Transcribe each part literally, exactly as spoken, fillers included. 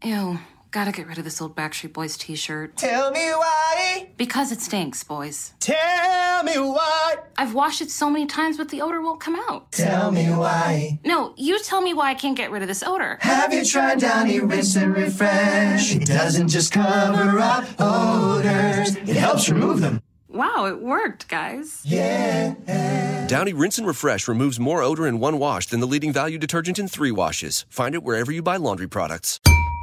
Ew, gotta get rid of this old Backstreet Boys t-shirt. Tell me why. Because it stinks, boys. Tell me why. I've washed it so many times, but the odor won't come out. Tell me why. No, you tell me why I can't get rid of this odor. Have you tried Downy Rinse and Refresh? It doesn't just cover up odors, it helps remove them. Wow, it worked, guys. Yeah. Downy Rinse and Refresh removes more odor in one wash than the leading value detergent in three washes. Find it wherever you buy laundry products.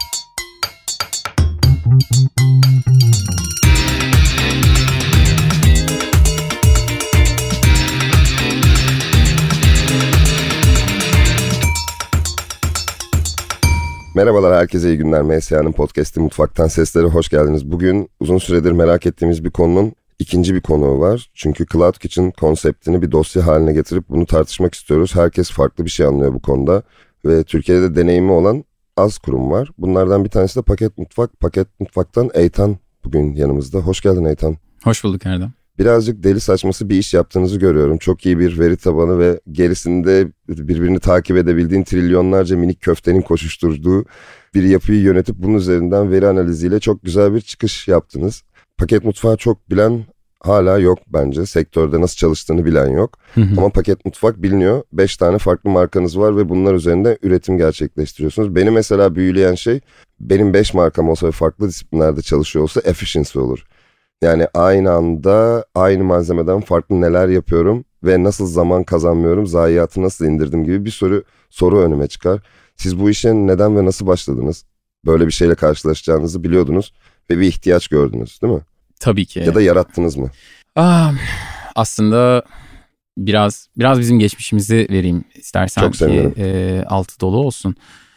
Merhabalar, herkese iyi günler. M S A'nın podcast'i Mutfaktan Seslere hoş geldiniz. Bugün uzun süredir merak ettiğimiz bir konunun ikinci bir konuğu var. Çünkü Cloud Kitchen konseptini bir dosya haline getirip bunu tartışmak istiyoruz. Herkes farklı bir şey anlıyor bu konuda. Ve Türkiye'de deneyimi olan az kurum var. Bunlardan bir tanesi de Paket Mutfak. Paket Mutfak'tan Eytan bugün yanımızda. Hoş geldin Eytan. Hoş bulduk Erdem. Birazcık deli saçması bir iş yaptığınızı görüyorum. Çok iyi bir veri tabanı ve gerisinde birbirini takip edebildiğin trilyonlarca minik köftenin koşuşturduğu bir yapıyı yönetip bunun üzerinden veri analiziyle çok güzel bir çıkış yaptınız. Paket mutfağı çok bilen hala yok bence. Sektörde nasıl çalıştığını bilen yok. Hı hı. Ama Paket Mutfak biliniyor. Beş tane farklı markanız var ve bunlar üzerinde üretim gerçekleştiriyorsunuz. Beni mesela büyüleyen şey, benim beş markam olsa ve farklı disiplinlerde çalışıyor olsa efficiency olur. Yani aynı anda aynı malzemeden farklı neler yapıyorum ve nasıl zaman kazanmıyorum, zayiatı nasıl indirdim gibi bir soru soru önüme çıkar. Siz bu işe neden ve nasıl başladınız? Böyle bir şeyle karşılaşacağınızı biliyordunuz ve bir ihtiyaç gördünüz, değil mi? Tabii ki. Ya da yarattınız mı? Ah, aslında biraz biraz bizim geçmişimizi vereyim istersen. Çok sevinirim. Ki e, altı dolu olsun.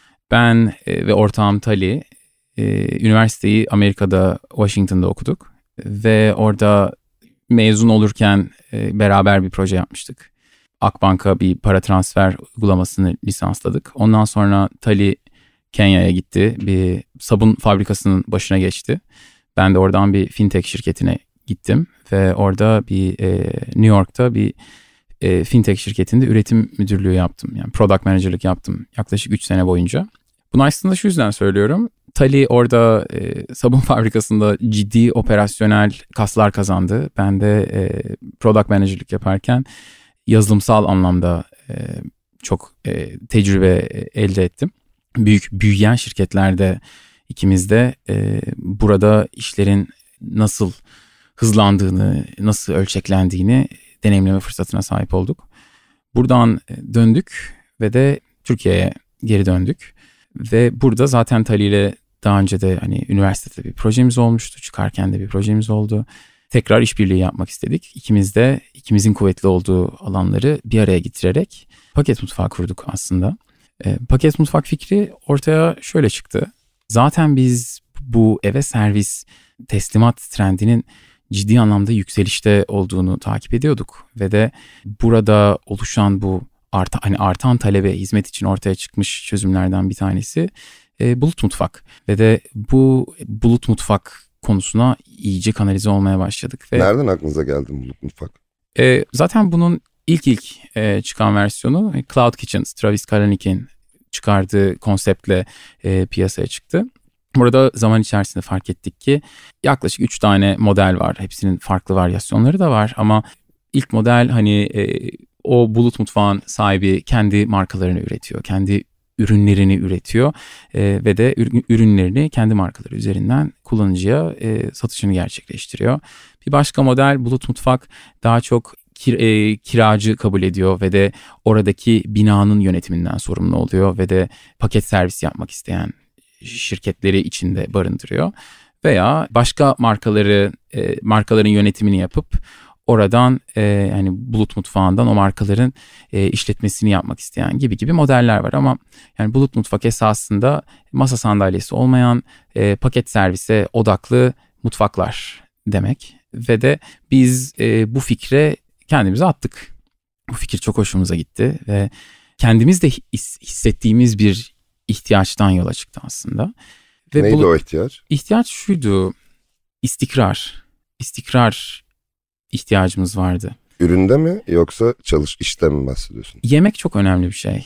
Ben e, ve ortağım Tali e, üniversiteyi Amerika'da, Washington'da okuduk. Ve orada mezun olurken e, beraber bir proje yapmıştık. Akbank'a bir para transfer uygulamasını lisansladık. Ondan sonra Tali Kenya'ya gitti. Bir sabun fabrikasının başına geçti. Ben de oradan bir fintech şirketine gittim. Ve orada bir e, New York'ta bir e, fintech şirketinde üretim müdürlüğü yaptım. Yani product manager'lık yaptım yaklaşık üç sene boyunca. Bunu aslında şu yüzden söylüyorum. Tali orada e, sabun fabrikasında ciddi operasyonel kaslar kazandı. Ben de e, product manager'lık yaparken yazılımsal anlamda e, çok e, tecrübe elde ettim. Büyük büyüyen şirketlerde ikimiz de e, burada işlerin nasıl hızlandığını, nasıl ölçeklendiğini deneyimleme fırsatına sahip olduk. Buradan döndük ve de Türkiye'ye geri döndük. Ve burada zaten Tali ile daha önce de hani üniversitede bir projemiz olmuştu. Çıkarken de bir projemiz oldu. Tekrar işbirliği yapmak istedik. İkimiz de ikimizin kuvvetli olduğu alanları bir araya getirerek Paket Mutfağı kurduk aslında. E, Paket Mutfak fikri ortaya şöyle çıktı. Zaten biz bu eve servis teslimat trendinin ciddi anlamda yükselişte olduğunu takip ediyorduk. Ve de burada oluşan bu arta, hani artan talebe hizmet için ortaya çıkmış çözümlerden bir tanesi e, bulut mutfak. Ve de bu bulut mutfak konusuna iyice kanalize olmaya başladık. Ve, nereden aklınıza geldi bulut mutfak? E, zaten bunun ilk ilk e, çıkan versiyonu Cloud Kitchen, Travis Kalanick'in çıkardığı konseptle e, piyasaya çıktı. Burada zaman içerisinde fark ettik ki yaklaşık üç tane model var. Hepsinin farklı varyasyonları da var ama ilk model hani e, o bulut mutfağın sahibi kendi markalarını üretiyor, kendi ürünlerini üretiyor e, ve de ürünlerini kendi markaları üzerinden kullanıcıya e, satışını gerçekleştiriyor. Bir başka model bulut mutfak daha çok kir, e, kiracı kabul ediyor ve de oradaki binanın yönetiminden sorumlu oluyor ve de paket servis yapmak isteyen şirketleri içinde barındırıyor. Veya başka markaları e, markaların yönetimini yapıp oradan e, yani bulut mutfağından o markaların e, işletmesini yapmak isteyen gibi gibi modeller var ama yani bulut mutfak esasında masa sandalyesi olmayan e, paket servise odaklı mutfaklar demek ve de biz e, bu fikre kendimizi attık. Bu fikir çok hoşumuza gitti ve kendimiz de his, hissettiğimiz bir ihtiyaçtan yola çıktı aslında. Ve neydi bulut, o ihtiyaç? İhtiyaç şuydu: istikrar. İstikrar ihtiyacımız vardı. Üründe mi yoksa çalış işte mi bahsediyorsun? Yemek çok önemli bir şey.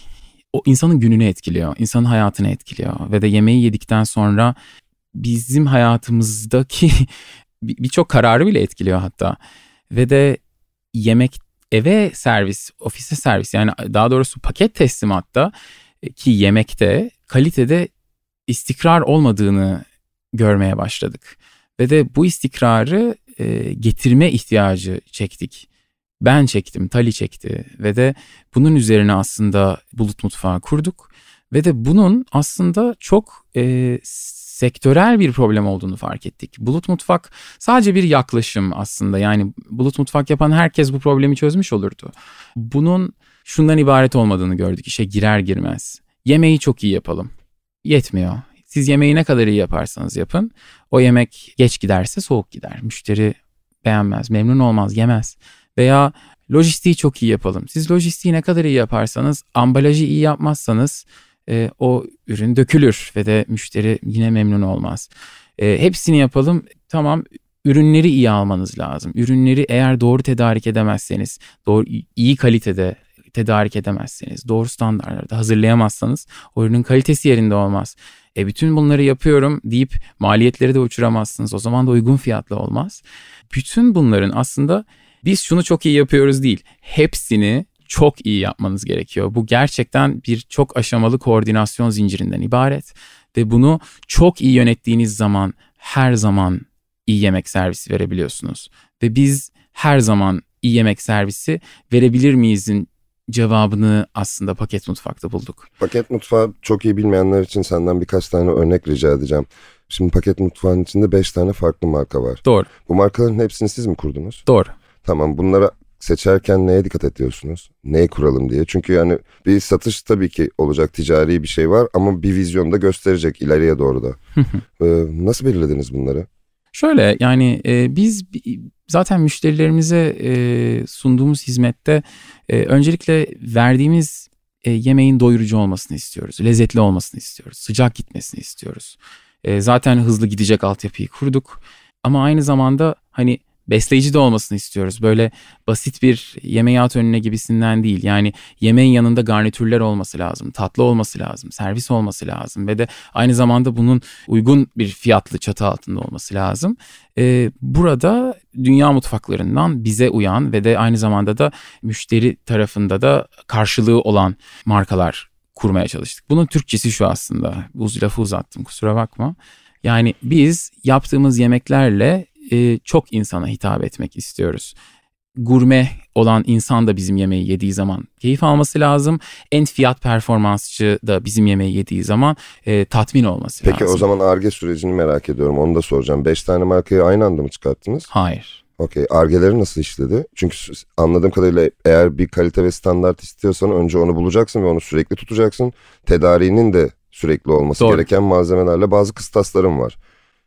o insanın gününü etkiliyor, insanın hayatını etkiliyor ve de yemeği yedikten sonra bizim hayatımızdaki birçok kararı bile etkiliyor hatta. Ve de yemek eve servis, ofise servis, yani daha doğrusu paket teslimatta ki yemekte kalitede istikrar olmadığını görmeye başladık. Ve de bu istikrarı e, getirme ihtiyacı çektik. Ben çektim, Tali çekti ve de bunun üzerine aslında Bulut Mutfağı kurduk. Ve de bunun aslında çok e, sektörel bir problem olduğunu fark ettik. Bulut Mutfak sadece bir yaklaşım aslında. Yani Bulut Mutfak yapan herkes bu problemi çözmüş olurdu. Bunun şundan ibaret olmadığını gördük. İşe girer girmez yemeği çok iyi yapalım. Yetmiyor. Siz yemeği ne kadar iyi yaparsanız yapın, o yemek geç giderse soğuk gider. Müşteri beğenmez, memnun olmaz, yemez. Veya lojistiği çok iyi yapalım. Siz lojistiği ne kadar iyi yaparsanız, ambalajı iyi yapmazsanız e, o ürün dökülür ve de müşteri yine memnun olmaz. E, hepsini yapalım. Tamam, ürünleri iyi almanız lazım. Ürünleri eğer doğru tedarik edemezseniz, doğru iyi kalitede tedarik edemezseniz, doğru standartlarda hazırlayamazsanız o ürünün kalitesi yerinde olmaz. E bütün bunları yapıyorum deyip maliyetleri de uçuramazsınız. O zaman da uygun fiyatlı olmaz. Bütün bunların aslında biz şunu çok iyi yapıyoruz değil, hepsini çok iyi yapmanız gerekiyor. Bu gerçekten bir çok aşamalı koordinasyon zincirinden ibaret ve bunu çok iyi yönettiğiniz zaman her zaman iyi yemek servisi verebiliyorsunuz. Ve biz her zaman iyi yemek servisi verebilir miyizin cevabını aslında Paket Mutfak'ta bulduk. Paket Mutfağı çok iyi bilmeyenler için senden birkaç tane örnek rica edeceğim. Şimdi Paket Mutfağı'nın içinde beş tane farklı marka var. Doğru. Bu markaların hepsini siz mi kurdunuz? Doğru. Tamam, bunlara seçerken neye dikkat ediyorsunuz? Neyi kuralım diye. Çünkü yani bir satış tabii ki olacak, ticari bir şey var ama bir vizyon da gösterecek ileriye doğru da. ee, nasıl belirlediniz bunları? Şöyle yani e, biz zaten müşterilerimize e, sunduğumuz hizmette e, öncelikle verdiğimiz e, yemeğin doyurucu olmasını istiyoruz. Lezzetli olmasını istiyoruz. Sıcak gitmesini istiyoruz. E, zaten hızlı gidecek altyapıyı kurduk. Ama aynı zamanda hani besleyici de olmasını istiyoruz. Böyle basit bir yemeği at önüne gibisinden değil. Yani yemeğin yanında garnitürler olması lazım. Tatlı olması lazım. Servis olması lazım. Ve de aynı zamanda bunun uygun bir fiyatlı çatı altında olması lazım. Ee, burada dünya mutfaklarından bize uyan ve de aynı zamanda da müşteri tarafında da karşılığı olan markalar kurmaya çalıştık. Bunun Türkçesi şu aslında. Uz lafı uzattım, kusura bakma. Yani biz yaptığımız yemeklerle e, çok insana hitap etmek istiyoruz. Gurme olan insan da bizim yemeği yediği zaman keyif alması lazım. En fiyat performansçı da bizim yemeği yediği zaman e, tatmin olması Peki, lazım. Peki o zaman Ar-Ge sürecini merak ediyorum. Onu da soracağım. Beş tane markayı aynı anda mı çıkarttınız? Hayır. Okey. Ar-Ge'leri nasıl işledi? Çünkü anladığım kadarıyla eğer bir kalite ve standart istiyorsan önce onu bulacaksın ve onu sürekli tutacaksın. Tedariğinin de sürekli olması Doğru. gereken malzemelerle bazı kıstaslarım var.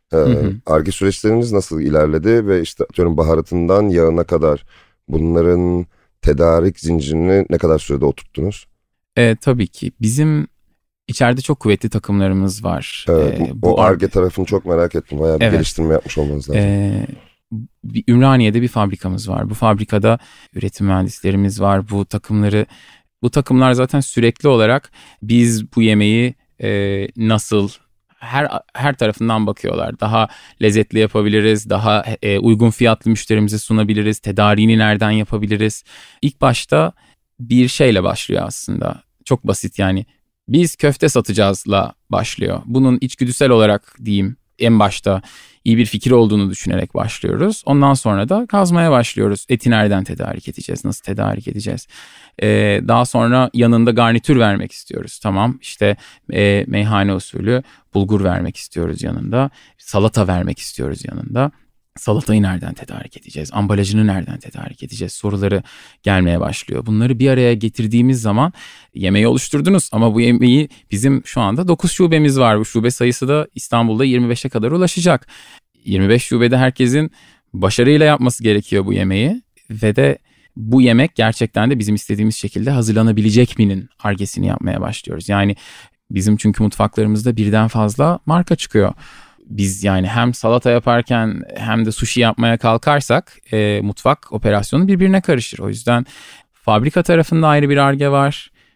Ar-Ge süreçleriniz nasıl ilerledi ve işte atıyorum baharatından yağına kadar bunların tedarik zincirini ne kadar sürede oturttunuz? E, tabii ki bizim içeride çok kuvvetli takımlarımız var. Evet, e, bu bu Ar-Ge tarafını çok merak ettim. Bayağı bir evet. geliştirme yapmış olmanız lazım. E, bir Ümraniye'de bir fabrikamız var. Bu fabrikada üretim mühendislerimiz var. Bu takımları, bu takımlar zaten sürekli olarak biz bu yemeği e, nasıl her her tarafından bakıyorlar. Daha lezzetli yapabiliriz, daha e, uygun fiyatlı müşterimize sunabiliriz, tedariğini nereden yapabiliriz. İlk başta bir şeyle başlıyor aslında. Çok basit yani. Biz köfte satacağızla başlıyor. Bunun içgüdüsel olarak diyeyim en başta iyi bir fikir olduğunu düşünerek başlıyoruz. Ondan sonra da kazmaya başlıyoruz. Eti nereden tedarik edeceğiz? Nasıl tedarik edeceğiz? Ee, daha sonra yanında garnitür vermek istiyoruz. Tamam, işte e, meyhane usulü bulgur vermek istiyoruz yanında. Salata vermek istiyoruz yanında. Salatayı nereden tedarik edeceğiz? Ambalajını nereden tedarik edeceğiz? Soruları gelmeye başlıyor. Bunları bir araya getirdiğimiz zaman yemeği oluşturdunuz. Ama bu yemeği bizim şu anda dokuz şubemiz var. Bu şube sayısı da İstanbul'da yirmi beşe kadar ulaşacak. yirmi beş şubede herkesin başarıyla yapması gerekiyor bu yemeği. Ve de bu yemek gerçekten de bizim istediğimiz şekilde hazırlanabilecek minin Ar-Ge'sini yapmaya başlıyoruz. Yani bizim çünkü mutfaklarımızda birden fazla marka çıkıyor. Biz yani hem salata yaparken hem de sushi yapmaya kalkarsak e, mutfak operasyonu birbirine karışır. O yüzden fabrika tarafında ayrı bir Ar-Ge var.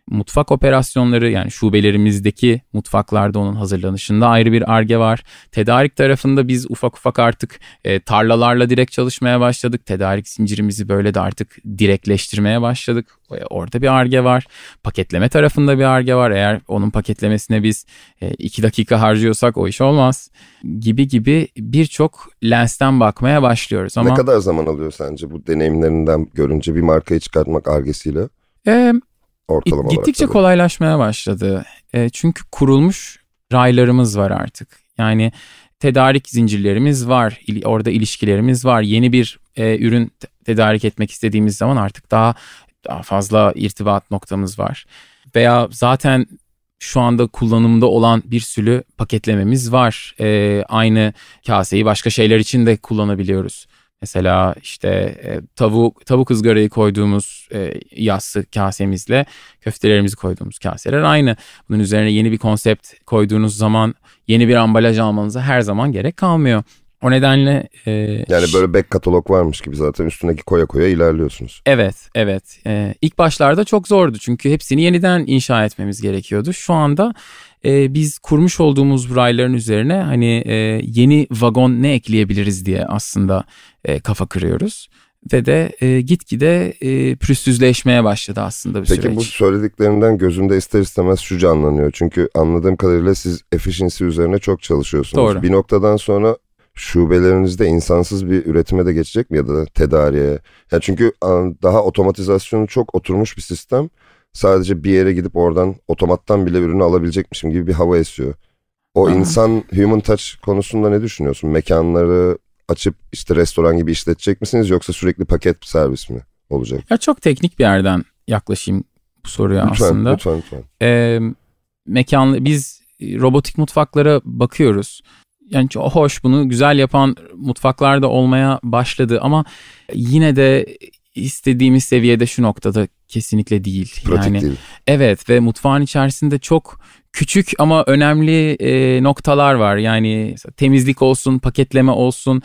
Mutfak operasyonları, yani şubelerimizdeki mutfaklarda onun hazırlanışında ayrı bir Ar-Ge var. Tedarik tarafında biz ufak ufak artık e, tarlalarla direkt çalışmaya başladık. Tedarik zincirimizi böyle de artık direkleştirmeye başladık. Orada bir Ar-Ge var. Paketleme tarafında bir Ar-Ge var. Eğer onun paketlemesine biz e, iki dakika harcıyorsak o iş olmaz. Gibi gibi birçok lensten bakmaya başlıyoruz. Ama ne kadar zaman alıyor sence bu deneyimlerinden görünce bir markayı çıkartmak Ar-Ge'siyle? E, Ortalama Gittikçe olarak kolaylaşmaya başladı. E, çünkü kurulmuş raylarımız var artık. Yani tedarik zincirlerimiz var. İl, orada ilişkilerimiz var. Yeni bir e, ürün t- tedarik etmek istediğimiz zaman artık daha daha fazla irtibat noktamız var. Veya zaten şu anda kullanımda olan bir sürü paketlememiz var. E, aynı kaseyi başka şeyler için de kullanabiliyoruz. Mesela işte e, tavuk tavuk ızgarayı koyduğumuz e, yassı kasemizle köftelerimizi koyduğumuz kaseler aynı. Bunun üzerine yeni bir konsept koyduğunuz zaman yeni bir ambalaj almanıza her zaman gerek kalmıyor. O nedenle... E, yani böyle back katalog varmış gibi zaten üstündeki koya koya ilerliyorsunuz. Evet, evet. E, ilk başlarda çok zordu çünkü hepsini yeniden inşa etmemiz gerekiyordu. Şu anda e, biz kurmuş olduğumuz rayların üzerine hani e, yeni vagon ne ekleyebiliriz diye aslında e, kafa kırıyoruz. Ve de e, gitgide e, pürüzsüzleşmeye başladı aslında bir Peki süreç. bu söylediklerinden gözümde ister istemez şu canlanıyor. Çünkü anladığım kadarıyla siz efficiency üzerine çok çalışıyorsunuz. Doğru. Bir noktadan sonra şubelerinizde insansız bir üretime de geçecek mi ya da tedariğe? Ya çünkü daha otomatizasyonu çok oturmuş bir sistem. Sadece bir yere gidip oradan otomattan bile ürünü alabilecekmişim gibi bir hava esiyor. O Aha. insan human touch konusunda ne düşünüyorsun? Mekanları açıp işte restoran gibi işletecek misiniz yoksa sürekli paket servis mi olacak? Ya çok teknik bir yerden yaklaşayım bu soruya lütfen, aslında. Lütfen lütfen. Ee, mekan, biz robotik mutfaklara bakıyoruz. Yani çok hoş, bunu güzel yapan mutfaklar da olmaya başladı ama yine de istediğimiz seviyede şu noktada kesinlikle değil. Pratik yani, değil. Evet, ve mutfağın içerisinde çok küçük ama önemli e, noktalar var. Yani temizlik olsun, paketleme olsun.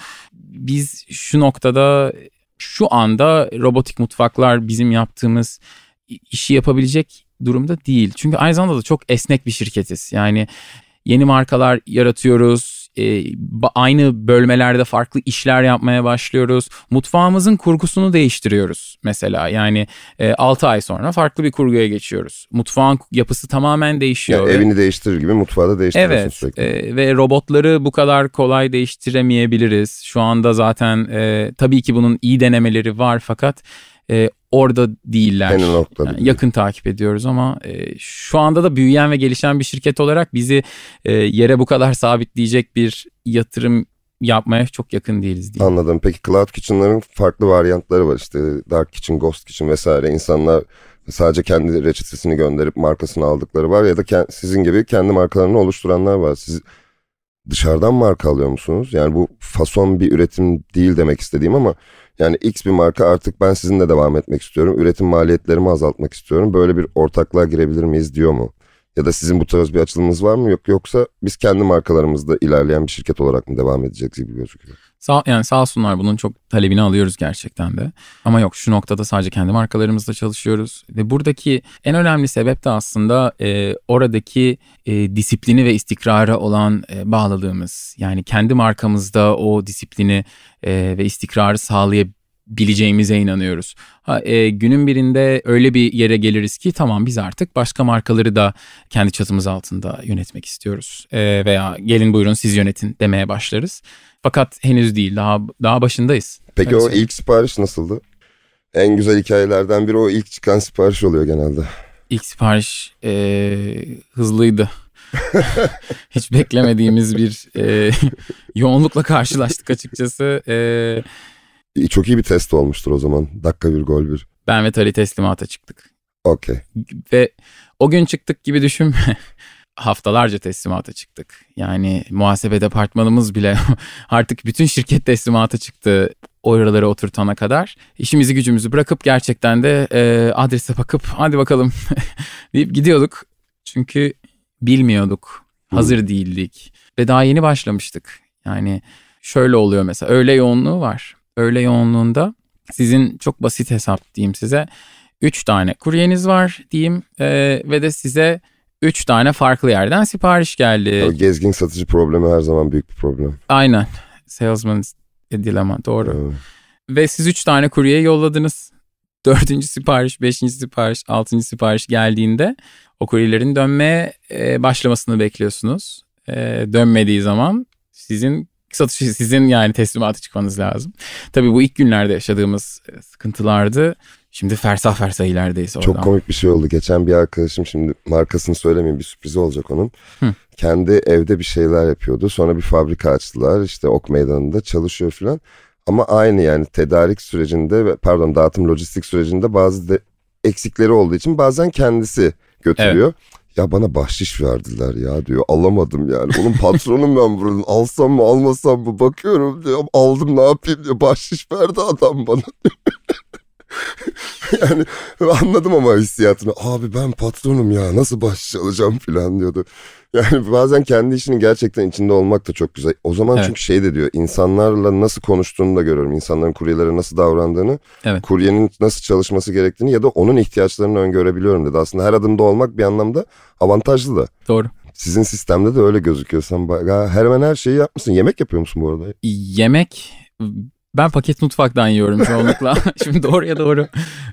Biz şu noktada, şu anda robotik mutfaklar bizim yaptığımız işi yapabilecek durumda değil. Çünkü aynı zamanda da çok esnek bir şirketiz. Yani yeni markalar yaratıyoruz. E, aynı bölmelerde farklı işler yapmaya başlıyoruz. Mutfağımızın kurgusunu değiştiriyoruz mesela. Yani e, altı ay sonra farklı bir kurguya geçiyoruz. Mutfağın yapısı tamamen değişiyor. Yani ve, evini değiştirir gibi mutfağı da değiştiriyorsun evet, sürekli. E, ve robotları bu kadar kolay değiştiremeyebiliriz. Şu anda zaten e, tabii ki bunun iyi denemeleri var fakat e, orada değiller. Yani yakın takip ediyoruz ama e, şu anda da büyüyen ve gelişen bir şirket olarak bizi e, yere bu kadar sabitleyecek bir yatırım yapmaya çok yakın değiliz diye. Anladım. Peki Cloud Kitchen'ların farklı varyantları var, işte Dark Kitchen, Ghost Kitchen vesaire. İnsanlar sadece kendi reçetesini gönderip markasını aldıkları var ya da sizin gibi kendi markalarını oluşturanlar var. Siz dışarıdan marka alıyor musunuz? Yani bu fason bir üretim değil demek istediğim ama yani X bir marka artık ben sizinle devam etmek istiyorum. Üretim maliyetlerimi azaltmak istiyorum. Böyle bir ortaklığa girebilir miyiz diyor mu? Ya da sizin bu tarz bir açılımınız var mı? Yok, yoksa biz kendi markalarımızda ilerleyen bir şirket olarak mı devam edeceğiz gibi gözüküyor? Sağ, yani sağ olsunlar, bunun çok talebini alıyoruz gerçekten de. Ama yok, şu noktada sadece kendi markalarımızla çalışıyoruz. Ve buradaki en önemli sebep de aslında e, oradaki e, disiplini ve istikrara olan e, bağlılığımız. Yani kendi markamızda o disiplini e, ve istikrarı sağlayabileceğimize inanıyoruz. Ha, e, günün birinde öyle bir yere geliriz ki tamam, biz artık başka markaları da kendi çatımız altında yönetmek istiyoruz. E, veya gelin buyurun siz yönetin demeye başlarız. Fakat henüz değil, daha daha başındayız. Peki öyle o söyleyeyim. ilk sipariş nasıldı? En güzel hikayelerden biri o ilk çıkan sipariş oluyor genelde. İlk sipariş e, hızlıydı. Hiç beklemediğimiz bir e, yoğunlukla karşılaştık açıkçası. E, Çok iyi bir test olmuştur o zaman. Dakika bir gol bir. Ben ve Tali teslimata çıktık. Okey. Ve o gün çıktık gibi düşünme. Haftalarca teslimata çıktık. Yani muhasebe departmanımız bile artık bütün şirket teslimata çıktı oralara oturtana kadar. İşimizi gücümüzü bırakıp gerçekten de e, adrese bakıp hadi bakalım deyip gidiyorduk. Çünkü bilmiyorduk, hazır değildik ve daha yeni başlamıştık. Yani şöyle oluyor mesela, öğle yoğunluğu var. Öğle yoğunluğunda sizin çok basit hesap diyeyim size. üç tane kuryeniz var diyeyim ee, ve de size üç tane farklı yerden sipariş geldi. O gezgin satıcı problemi her zaman büyük bir problem. Aynen. Salesman dilema, doğru. Evet. Ve siz üç tane kurye yolladınız. Dördüncü sipariş, beşinci sipariş, altıncı sipariş geldiğinde o kuryelerin dönmeye e, başlamasını bekliyorsunuz. E, dönmediği zaman sizin satışı, sizin yani teslimatı çıkmanız lazım. Tabii bu ilk günlerde yaşadığımız sıkıntılardı. Şimdi fersah fersah ilerideyiz oradan. Çok komik bir şey oldu. Geçen bir arkadaşım, şimdi markasını söylemeyeyim, bir sürpriz olacak onun. Hı. Kendi evde bir şeyler yapıyordu. Sonra bir fabrika açtılar. İşte Ok Meydanı'nda çalışıyor falan. Ama aynı yani tedarik sürecinde, pardon dağıtım lojistik sürecinde bazı de eksikleri olduğu için bazen kendisi götürüyor. Evet. Ya bana bahşiş verdiler ya diyor. Alamadım yani. Onun patronum ben buranın. Alsam mı almasam mı bakıyorum diyor. Aldım, ne yapayım diyor. Bahşiş verdi adam bana. Yani anladım ama hissiyatını. Abi ben patronum ya, nasıl bahşiş alacağım falan diyordu. Yani bazen kendi işinin gerçekten içinde olmak da çok güzel. O zaman evet. Çünkü şey de diyor, insanlarla nasıl konuştuğunu da görüyorum. İnsanların kuryelere nasıl davrandığını, evet. Kuryenin nasıl çalışması gerektiğini ya da onun ihtiyaçlarını öngörebiliyorum dedi. Aslında her adımda olmak bir anlamda avantajlı da. Doğru. Sizin sistemde de öyle gözüküyor. Sen hemen her şeyi yapmışsın. Yemek yapıyor musun bu arada? Yemek... Ben paket mutfaktan yiyorum çoğunlukla. Şimdi doğruya doğru.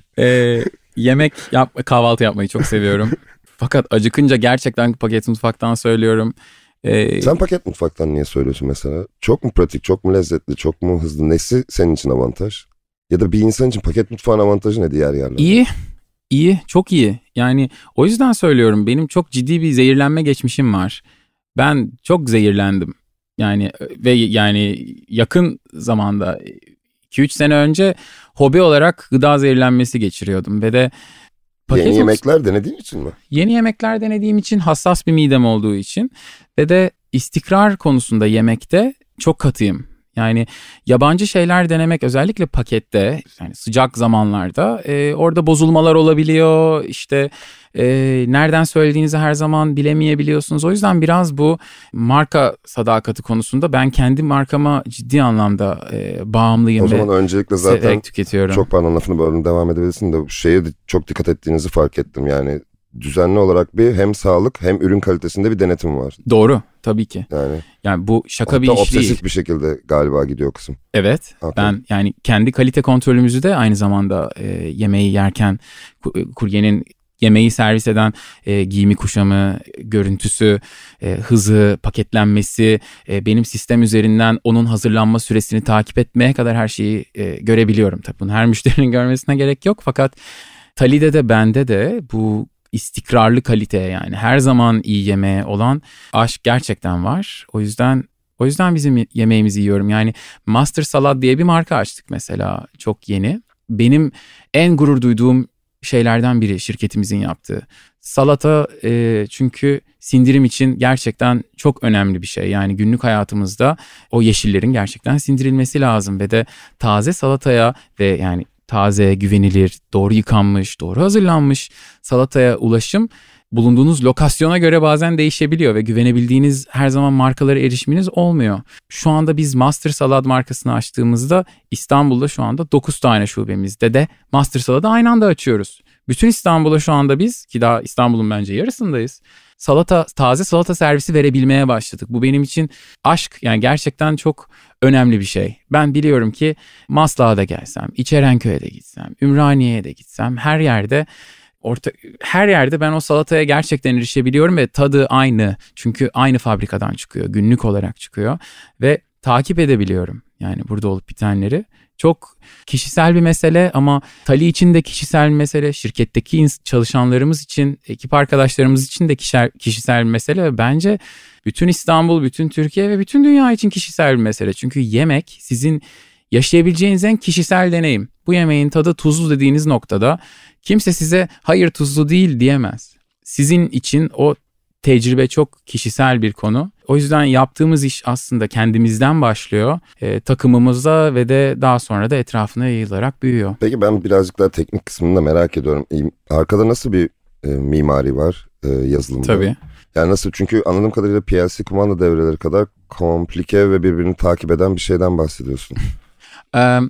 Ee, yemek yap, kahvaltı yapmayı çok seviyorum. Fakat acıkınca gerçekten paket mutfaktan söylüyorum. Ee, Sen paket mutfaktan niye söylüyorsun mesela? Çok mu pratik, çok mu lezzetli, çok mu hızlı? Nesi senin için avantaj? Ya da bir insan için paket mutfağın avantajı ne diğer yerlerde? İyi, iyi, çok iyi. Yani o yüzden söylüyorum, benim çok ciddi bir zehirlenme geçmişim var. Ben çok zehirlendim. Yani ve yani yakın zamanda iki üç sene önce hobi olarak gıda zehirlenmesi geçiriyordum ve de yeni yemekler denediğin için mi? Yeni yemekler denediğim için, hassas bir midem olduğu için ve de istikrar konusunda yemekte çok katıyım. Yani yabancı şeyler denemek, özellikle pakette, yani sıcak zamanlarda e, orada bozulmalar olabiliyor. İşte e, nereden söylediğinizi her zaman bilemeyebiliyorsunuz. O yüzden biraz bu marka sadakati konusunda ben kendi markama ciddi anlamda e, bağımlıyım. O zaman öncelikle zaten tüketiyorum. Çok pardon lafını böldüm, devam edebilirsin de şeye de çok dikkat ettiğinizi fark ettim. Yani düzenli olarak bir hem sağlık hem ürün kalitesinde bir denetim var. Doğru, tabii ki. Yani, yani bu şaka hatta bir iş değil. obsesif bir şekilde galiba gidiyor kısım. Evet. Okay. Ben yani kendi kalite kontrolümüzü de aynı zamanda e, yemeği yerken kuryenin yemeği servis eden e, giyimi, kuşamı, görüntüsü, e, hızı, paketlenmesi, e, benim sistem üzerinden onun hazırlanma süresini takip etmeye kadar her şeyi e, görebiliyorum. Tabii bunu her müşterinin görmesine gerek yok, fakat Tali'de de bende de bu istikrarlı kaliteye, yani her zaman iyi yemeğe olan aşk gerçekten var. O yüzden o yüzden bizim yemeğimizi yiyorum. Yani Master Salad diye bir marka açtık mesela, çok yeni. Benim en gurur duyduğum şeylerden biri şirketimizin yaptığı. Salata e, çünkü sindirim için gerçekten çok önemli bir şey. Yani günlük hayatımızda o yeşillerin gerçekten sindirilmesi lazım ve de taze salataya ve yani taze, güvenilir, doğru yıkanmış, doğru hazırlanmış salataya ulaşım bulunduğunuz lokasyona göre bazen değişebiliyor ve güvenebildiğiniz her zaman markalara erişiminiz olmuyor. Şu anda biz Master Salad markasını açtığımızda İstanbul'da şu anda dokuz tane şubemizde de Master Salad'ı aynı anda açıyoruz. Bütün İstanbul'a şu anda biz, ki daha İstanbul'un bence yarısındayız, salata, taze salata servisi verebilmeye başladık. Bu benim için aşk, yani gerçekten çok önemli bir şey. Ben biliyorum ki Maslak'a da gelsem, İçerenköy'e de gitsem, Ümraniye'ye de gitsem, her yerde orta her yerde ben o salataya gerçekten erişebiliyorum ve tadı aynı. Çünkü aynı fabrikadan çıkıyor, günlük olarak çıkıyor ve takip edebiliyorum yani burada olup bitenleri. Çok kişisel bir mesele ama Tali için de kişisel bir mesele, şirketteki çalışanlarımız için, ekip arkadaşlarımız için de kişisel bir mesele ve bence bütün İstanbul, bütün Türkiye ve bütün dünya için kişisel bir mesele. Çünkü yemek sizin yaşayabileceğiniz en kişisel deneyim. Bu yemeğin tadı tuzlu dediğiniz noktada kimse size hayır tuzlu değil diyemez. Sizin için o tecrübe çok kişisel bir konu. O yüzden yaptığımız iş aslında kendimizden başlıyor. E, takımımızda ve de daha sonra da etrafına yayılarak büyüyor. Peki ben birazcık daha teknik kısmını da merak ediyorum. Arkada nasıl bir e, mimari var e, yazılımda? Tabii. Yani nasıl? Çünkü anladığım kadarıyla P L C kumanda devreleri kadar komplike ve birbirini takip eden bir şeyden bahsediyorsun. Ee,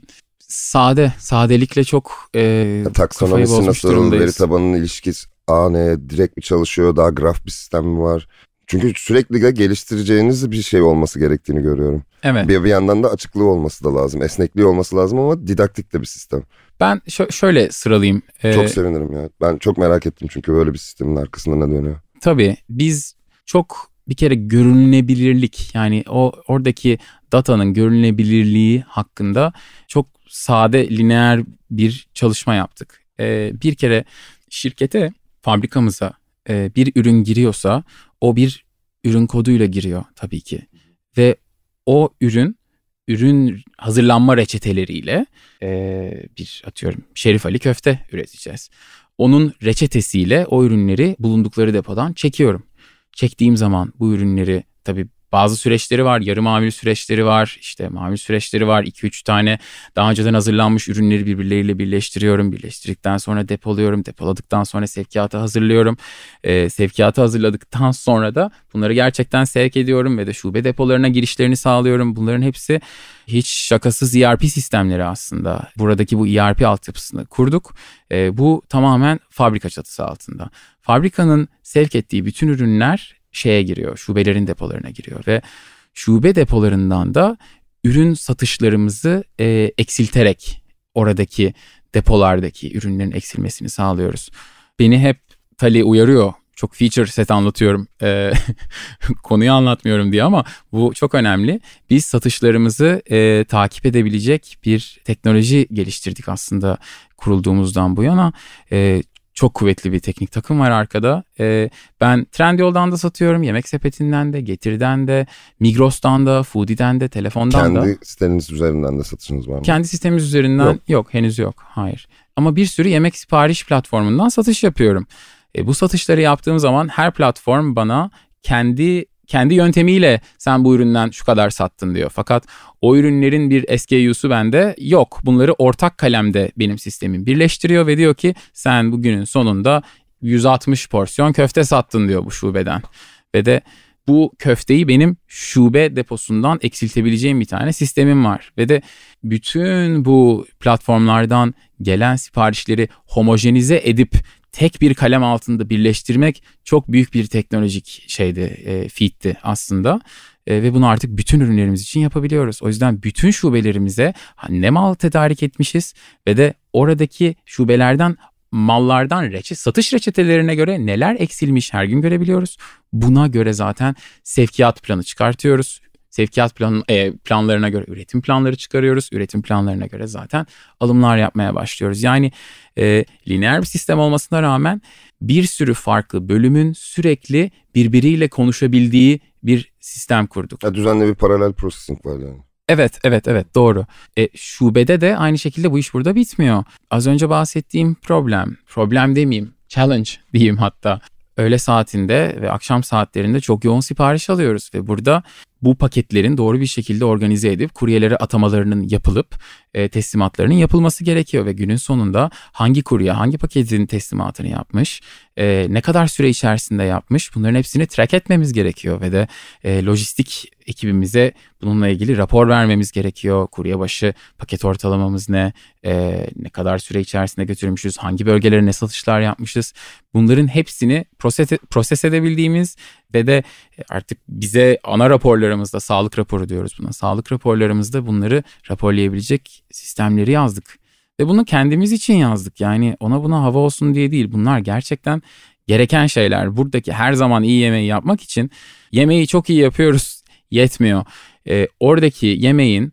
Sade, sadelikle çok e, taksonomisi nasıl, veri tabanının ilişkisi A ne, direkt mi çalışıyor, daha graf bir sistem mi var? Çünkü sürekli de geliştireceğiniz bir şey olması gerektiğini görüyorum. Evet. Bir, bir yandan da açıklığı olması da lazım, esnekliği olması lazım ama didaktik de bir sistem. Ben ş- şöyle sıralayayım. Ee, çok sevinirim ya. Ben çok merak ettim çünkü böyle bir sistemin arkasında ne dönüyor. Tabii biz çok bir kere görünülebilirlik, yani o oradaki datanın görünülebilirliği hakkında çok sade, lineer bir çalışma yaptık. Ee, bir kere şirkete, fabrikamıza e, bir ürün giriyorsa o bir ürün koduyla giriyor tabii ki. Ve o ürün, ürün hazırlanma reçeteleriyle e, bir atıyorum Şerif Ali köfte üreteceğiz. Onun reçetesiyle o ürünleri bulundukları depodan çekiyorum. Çektiğim zaman bu ürünleri, tabii bazı süreçleri var, yarı mamul süreçleri var, işte mamul süreçleri var. iki üç tane daha önceden hazırlanmış ürünleri birbirleriyle birleştiriyorum. Birleştirdikten sonra depoluyorum. Depoladıktan sonra sevkiyata hazırlıyorum. Ee, sevkiyata hazırladıktan sonra da bunları gerçekten sevk ediyorum ve de şube depolarına girişlerini sağlıyorum. Bunların hepsi hiç şakasız E R P sistemleri aslında. Buradaki bu E R P altyapısını kurduk. Ee, bu tamamen fabrika çatısı altında. Fabrikanın sevk ettiği bütün ürünler şeye giriyor, şubelerin depolarına giriyor ve şube depolarından da ürün satışlarımızı e, eksilterek oradaki depolardaki ürünlerin eksilmesini sağlıyoruz. Beni hep Tali uyarıyor, çok feature set anlatıyorum, e, konuyu anlatmıyorum diye, ama bu çok önemli. Biz satışlarımızı e, takip edebilecek bir teknoloji geliştirdik aslında kurulduğumuzdan bu yana. E, Çok kuvvetli bir teknik takım var arkada. Ee, ben Trendyol'dan da satıyorum. Yemek Sepeti'nden de, Getir'den de, Migros'tan da, Foodie'den de, telefondan Kendi da. Kendi siteniz üzerinden de satışınız var mı? Kendi sistemimiz üzerinden yok. yok, henüz yok. Hayır. Ama bir sürü yemek sipariş platformundan satış yapıyorum. E, bu satışları yaptığım zaman her platform bana kendi kendi yöntemiyle sen bu üründen şu kadar sattın diyor. Fakat o ürünlerin bir S K U'su bende yok. Bunları ortak kalemde benim sistemim birleştiriyor ve diyor ki sen bugünün sonunda yüz altmış porsiyon köfte sattın diyor bu şubeden. Ve de bu köfteyi benim şube deposundan eksiltebileceğim bir tane sistemim var. Ve de bütün bu platformlardan gelen siparişleri homojenize edip tek bir kalem altında birleştirmek çok büyük bir teknolojik şeydi, e, feat'ti aslında. E, ve bunu artık bütün ürünlerimiz için yapabiliyoruz. O yüzden bütün şubelerimize ne mal tedarik etmişiz ve de oradaki şubelerden mallardan reçe, satış reçetelerine göre neler eksilmiş her gün görebiliyoruz. Buna göre zaten sevkiyat planı çıkartıyoruz. Sevkiyat plan, e, planlarına göre üretim planları çıkarıyoruz. Üretim planlarına göre zaten alımlar yapmaya başlıyoruz. Yani e, lineer bir sistem olmasına rağmen bir sürü farklı bölümün sürekli birbiriyle konuşabildiği bir sistem kurduk. Ya, düzenli bir paralel processing var yani. Evet, evet, evet, doğru. E, şubede de aynı şekilde bu iş burada bitmiyor. Az önce bahsettiğim problem, problem demeyeyim, challenge diyeyim hatta. Öğle saatinde ve akşam saatlerinde çok yoğun sipariş alıyoruz ve burada bu paketlerin doğru bir şekilde organize edip kuryelere atamalarının yapılıp e, teslimatlarının yapılması gerekiyor ve günün sonunda hangi kurye hangi paketin teslimatını yapmış, e, ne kadar süre içerisinde yapmış, bunların hepsini track etmemiz gerekiyor ve de e, lojistik ekibimize bununla ilgili rapor vermemiz gerekiyor. Kurye başı paket ortalamamız ne, e, ne kadar süre içerisinde götürmüşüz, hangi bölgelere ne satışlar yapmışız, bunların hepsini proses, proses edebildiğimiz ve de artık bize ana raporlarımızda, sağlık raporu diyoruz buna, sağlık raporlarımızda bunları raporlayabilecek sistemleri yazdık. Ve bunu kendimiz için yazdık, yani ona buna hava olsun diye değil, bunlar gerçekten gereken şeyler. Buradaki her zaman iyi yemeği yapmak için yemeği çok iyi yapıyoruz yetmiyor. Ee, oradaki yemeğin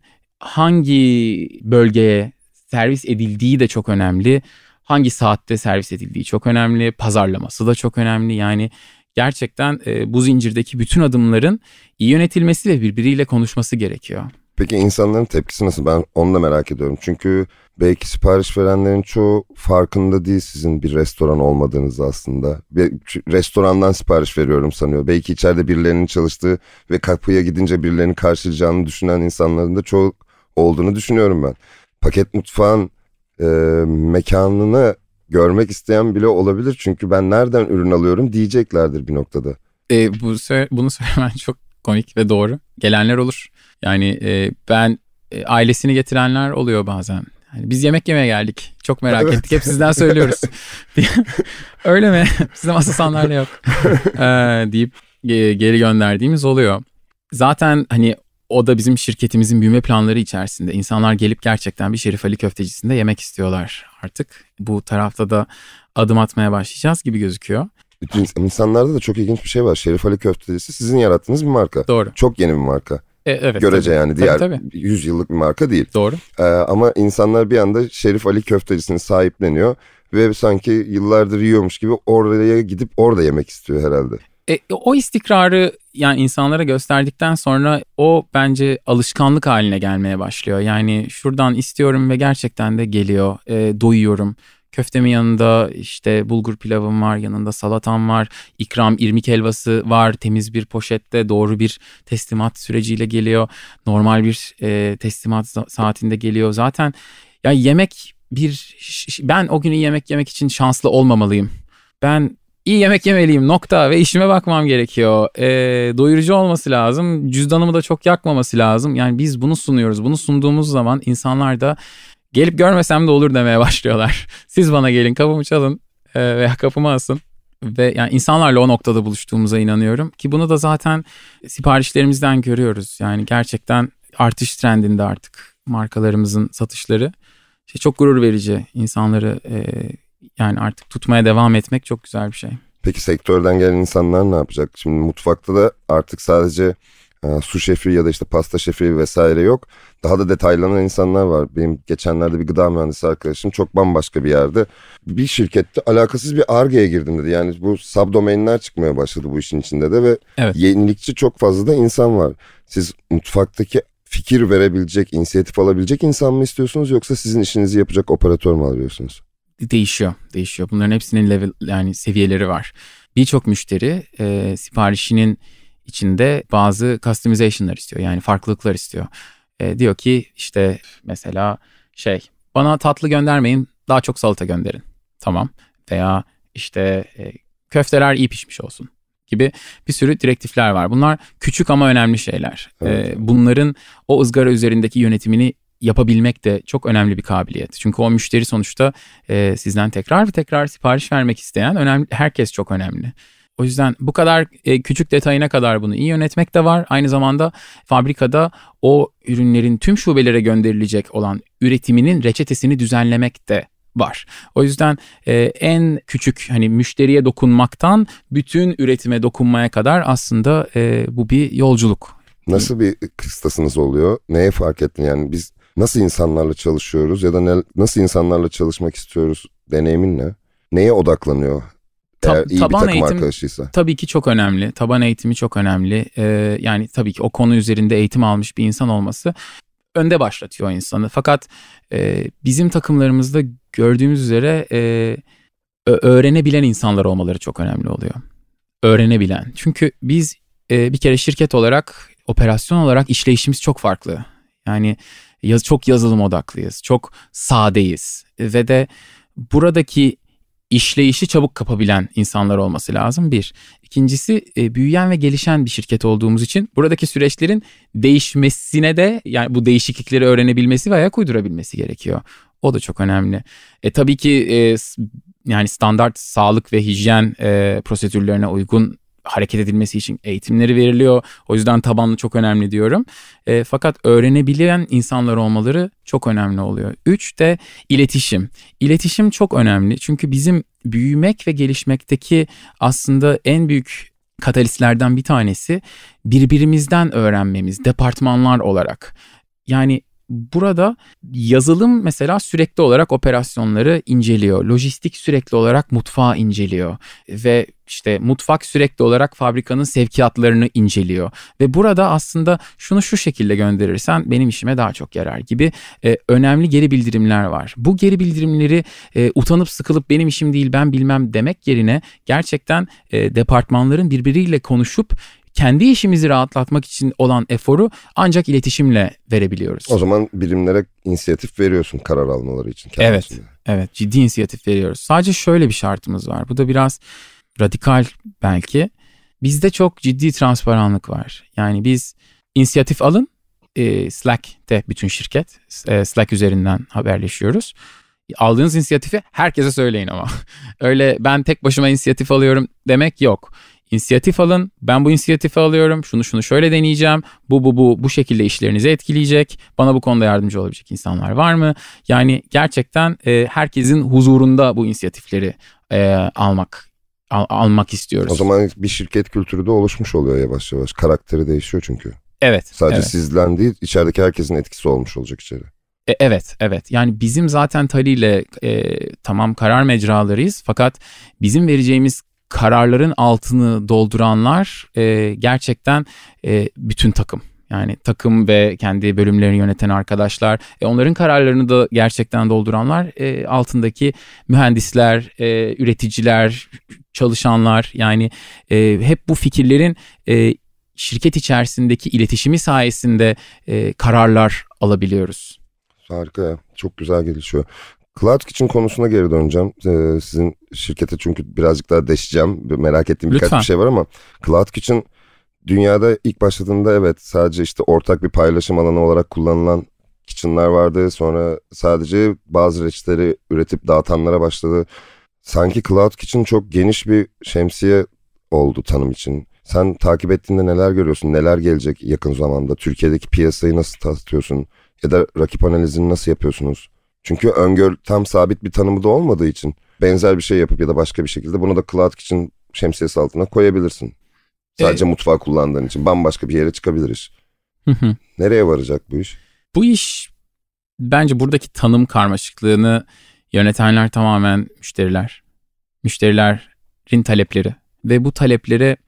hangi bölgeye servis edildiği de çok önemli. Hangi saatte servis edildiği çok önemli. Pazarlaması da çok önemli. Yani gerçekten e, bu zincirdeki bütün adımların iyi yönetilmesi ve birbiriyle konuşması gerekiyor. Peki insanların tepkisi nasıl? Ben onu da merak ediyorum. Çünkü belki sipariş verenlerin çoğu farkında değil sizin bir restoran olmadığınız aslında. Bir restorandan sipariş veriyorum sanıyor. Belki içeride birilerinin çalıştığı ve kapıya gidince birilerini karşılayacağını düşünen insanların da çoğu olduğunu düşünüyorum ben. Paket mutfağın e, mekanını görmek isteyen bile olabilir. Çünkü ben nereden ürün alıyorum diyeceklerdir bir noktada. E, bu bunu söylemen çok komik ve doğru. Gelenler olur. Yani e, ben e, ailesini getirenler oluyor bazen. Hani biz yemek yemeye geldik. Çok merak Evet. ettik. Hep sizden söylüyoruz. Öyle mi? Size masa sandalye yok. Ee, deyip geri gönderdiğimiz oluyor. Zaten hani o da bizim şirketimizin büyüme planları içerisinde. İnsanlar gelip gerçekten bir Şerif Ali köftecisinde yemek istiyorlar artık. Bu tarafta da adım atmaya başlayacağız gibi gözüküyor. Bütün insanlarda da çok ilginç bir şey var. Şerif Ali köftecisi sizin yarattığınız bir marka. Doğru. Çok yeni bir marka. E, evet. Görece tabii. yani Tabii, diğer tabii. yüz yıllık bir marka değil. Doğru. Ee, ama insanlar bir anda Şerif Ali köftecisini sahipleniyor ve sanki yıllardır yiyormuş gibi oraya gidip orada yemek istiyor herhalde. E, o istikrarı yani insanlara gösterdikten sonra o bence alışkanlık haline gelmeye başlıyor. Yani şuradan istiyorum ve gerçekten de geliyor. E, doyuyorum. Köftemin yanında işte bulgur pilavım var, yanında salatam var, ikram irmik helvası var, temiz bir poşette doğru bir teslimat süreciyle geliyor. Normal bir e, teslimat saatinde geliyor. Zaten ya yemek bir ben o günü yemek yemek için şanslı olmamalıyım. Ben iyi yemek yemeliyim nokta ve işime bakmam gerekiyor. E, doyurucu olması lazım. Cüzdanımı da çok yakmaması lazım. Yani biz bunu sunuyoruz. Bunu sunduğumuz zaman insanlar da gelip görmesem de olur demeye başlıyorlar. Siz bana gelin, kapımı çalın e, veya kapımı asın. Ve yani insanlarla o noktada buluştuğumuza inanıyorum. Ki bunu da zaten siparişlerimizden görüyoruz. Yani gerçekten artış trendinde artık markalarımızın satışları. İşte çok gurur verici. İnsanları e, yani artık tutmaya devam etmek çok güzel bir şey. Peki sektörden gelen insanlar ne yapacak? Şimdi mutfakta da artık sadece e, su şefi ya da işte pasta şefi vesaire yok. Daha da detaylanan insanlar var. Benim geçenlerde bir gıda mühendisi arkadaşım çok bambaşka bir yerde. Bir şirkette alakasız bir Ar-Ge'ye girdim dedi. Yani bu subdomainler çıkmaya başladı bu işin içinde de ve Evet. yenilikçi çok fazla da insan var. Siz mutfaktaki fikir verebilecek, inisiyatif alabilecek insan mı istiyorsunuz yoksa sizin işinizi yapacak operatör mü arıyorsunuz? Değişiyor, değişiyor. Bunların hepsinin level yani seviyeleri var. Birçok müşteri e, siparişinin içinde bazı customization'lar istiyor. Yani farklılıklar istiyor. E, diyor ki işte mesela şey bana tatlı göndermeyin, daha çok salata gönderin. Tamam. Veya işte e, köfteler iyi pişmiş olsun gibi bir sürü direktifler var. Bunlar küçük ama önemli şeyler. Evet. E, bunların o ızgara üzerindeki yönetimini yapabilmek de çok önemli bir kabiliyet. Çünkü o müşteri sonuçta e, sizden tekrar ve tekrar sipariş vermek isteyen önemli, herkes çok önemli. O yüzden bu kadar e, küçük detayına kadar bunu iyi yönetmek de var. Aynı zamanda fabrikada o ürünlerin tüm şubelere gönderilecek olan üretiminin reçetesini düzenlemek de var. O yüzden e, en küçük hani müşteriye dokunmaktan bütün üretime dokunmaya kadar aslında e, bu bir yolculuk. Nasıl bir kıstasınız oluyor? Neye fark ettin? Yani biz nasıl insanlarla çalışıyoruz ya da ne, nasıl insanlarla çalışmak istiyoruz? Deneyimin ne? Neye odaklanıyor? Ta- Eğer iyi bir taban takım eğitim- arkadaşıysa. Tabii ki çok önemli. Taban eğitimi çok önemli. Ee, yani tabii ki o konu üzerinde eğitim almış bir insan olması önde başlatıyor o insanı. Fakat e, bizim takımlarımızda gördüğümüz üzere e, öğrenebilen insanlar olmaları çok önemli oluyor. Öğrenebilen. Çünkü biz e, bir kere şirket olarak, operasyon olarak işleyişimiz çok farklı. Yani yaz, çok yazılım odaklıyız, çok sadeyiz ve de buradaki işleyişi çabuk kapabilen insanlar olması lazım bir. İkincisi e, büyüyen ve gelişen bir şirket olduğumuz için buradaki süreçlerin değişmesine de yani bu değişiklikleri öğrenebilmesi ve ayak uydurabilmesi gerekiyor. O da çok önemli. E, tabii ki e, yani standart sağlık ve hijyen e, prosedürlerine uygun hareket edilmesi için eğitimleri veriliyor. O yüzden tabanlı çok önemli diyorum. E, fakat öğrenebilen insanlar olmaları çok önemli oluyor. Üç de iletişim. İletişim çok önemli. Çünkü bizim büyümek ve gelişmekteki aslında en büyük katalistlerden bir tanesi birbirimizden öğrenmemiz, departmanlar olarak. Yani burada yazılım mesela sürekli olarak operasyonları inceliyor. Lojistik sürekli olarak mutfağı inceliyor. Ve işte mutfak sürekli olarak fabrikanın sevkiyatlarını inceliyor. Ve burada aslında şunu şu şekilde gönderirsen benim işime daha çok yarar gibi e, önemli geri bildirimler var. Bu geri bildirimleri e, utanıp sıkılıp benim işim değil ben bilmem demek yerine gerçekten e, departmanların birbiriyle konuşup kendi işimizi rahatlatmak için olan eforu ancak iletişimle verebiliyoruz. O zaman birimlere inisiyatif veriyorsun karar almaları için. Evet, içinde. evet ciddi inisiyatif veriyoruz. Sadece şöyle bir şartımız var. Bu da biraz radikal belki. Bizde çok ciddi transparanlık var. Yani biz inisiyatif alın, e, Slack'te bütün şirket. E, Slack üzerinden haberleşiyoruz. Aldığınız inisiyatifi herkese söyleyin ama. Öyle ben tek başıma inisiyatif alıyorum demek yok. İnisiyatif alın. Ben bu inisiyatifi alıyorum. Şunu şunu şöyle deneyeceğim. Bu bu bu bu şekilde işlerinizi etkileyecek. Bana bu konuda yardımcı olabilecek insanlar var mı? Yani gerçekten e, herkesin huzurunda bu inisiyatifleri e, almak al, almak istiyoruz. O zaman bir şirket kültürü de oluşmuş oluyor yavaş yavaş. Karakteri değişiyor çünkü. Evet. Sadece evet. sizden değil, içerideki herkesin etkisi olmuş olacak içeri. E, evet, evet. Yani bizim zaten Tali ile e, tamam karar mecralarıyız. Fakat bizim vereceğimiz kararların altını dolduranlar e, gerçekten e, bütün takım. Yani takım ve kendi bölümlerini yöneten arkadaşlar. E, onların kararlarını da gerçekten dolduranlar e, altındaki mühendisler, e, üreticiler, çalışanlar. Yani e, hep bu fikirlerin e, şirket içerisindeki iletişimi sayesinde e, kararlar alabiliyoruz. Harika ya. Çok güzel gelişiyor. Cloud Kitchen konusuna geri döneceğim. Ee, sizin şirkete çünkü birazcık daha deşeceğim. Merak ettiğim birkaç Lütfen. bir şey var ama Cloud Kitchen dünyada ilk başladığında evet sadece işte ortak bir paylaşım alanı olarak kullanılan kitchen'lar vardı. Sonra sadece bazı reçeteleri üretip dağıtanlara başladı. Sanki Cloud Kitchen çok geniş bir şemsiye oldu tanım için. Sen takip ettiğinde neler görüyorsun? Neler gelecek yakın zamanda? Türkiye'deki piyasayı nasıl tanıtıyorsun? Ya da rakip analizini nasıl yapıyorsunuz? Çünkü öngör tam sabit bir tanımı da olmadığı için benzer bir şey yapıp ya da başka bir şekilde bunu da Cloud Kitchen şemsiyesi altına koyabilirsin. Sadece evet. Mutfağı kullandığın için bambaşka bir yere çıkabilir iş. Hı hı. Nereye varacak bu iş? Bu iş bence buradaki tanım karmaşıklığını yönetenler tamamen müşteriler. Müşterilerin talepleri ve bu taleplere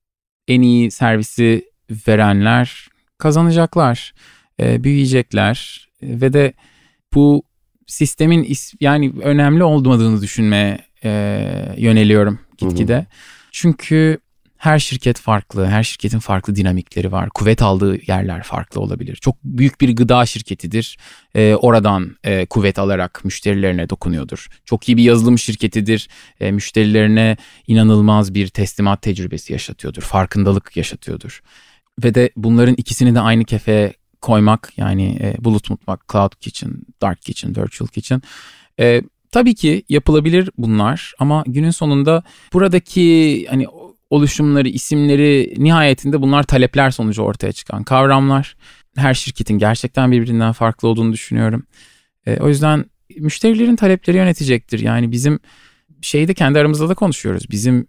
en iyi servisi verenler kazanacaklar, e, büyüyecekler ve de bu sistemin is- yani önemli olmadığını düşünmeye e, yöneliyorum gitgide. Hı hı. Çünkü her şirket farklı, her şirketin farklı dinamikleri var. Kuvvet aldığı yerler farklı olabilir. Çok büyük bir gıda şirketidir. E, oradan e, kuvvet alarak müşterilerine dokunuyordur. Çok iyi bir yazılım şirketidir. E, müşterilerine inanılmaz bir teslimat tecrübesi yaşatıyordur. Farkındalık yaşatıyordur. Ve de bunların ikisini de aynı kefeye koymak, yani e, bulut mutfak, Cloud Kitchen, Dark Kitchen, Virtual Kitchen. E, tabii ki yapılabilir bunlar ama günün sonunda buradaki hani oluşumları, isimleri nihayetinde bunlar talepler sonucu ortaya çıkan kavramlar. Her şirketin gerçekten birbirinden farklı olduğunu düşünüyorum. E, o yüzden müşterilerin talepleri yönetecektir. Yani bizim şeyde kendi aramızda da konuşuyoruz. Bizim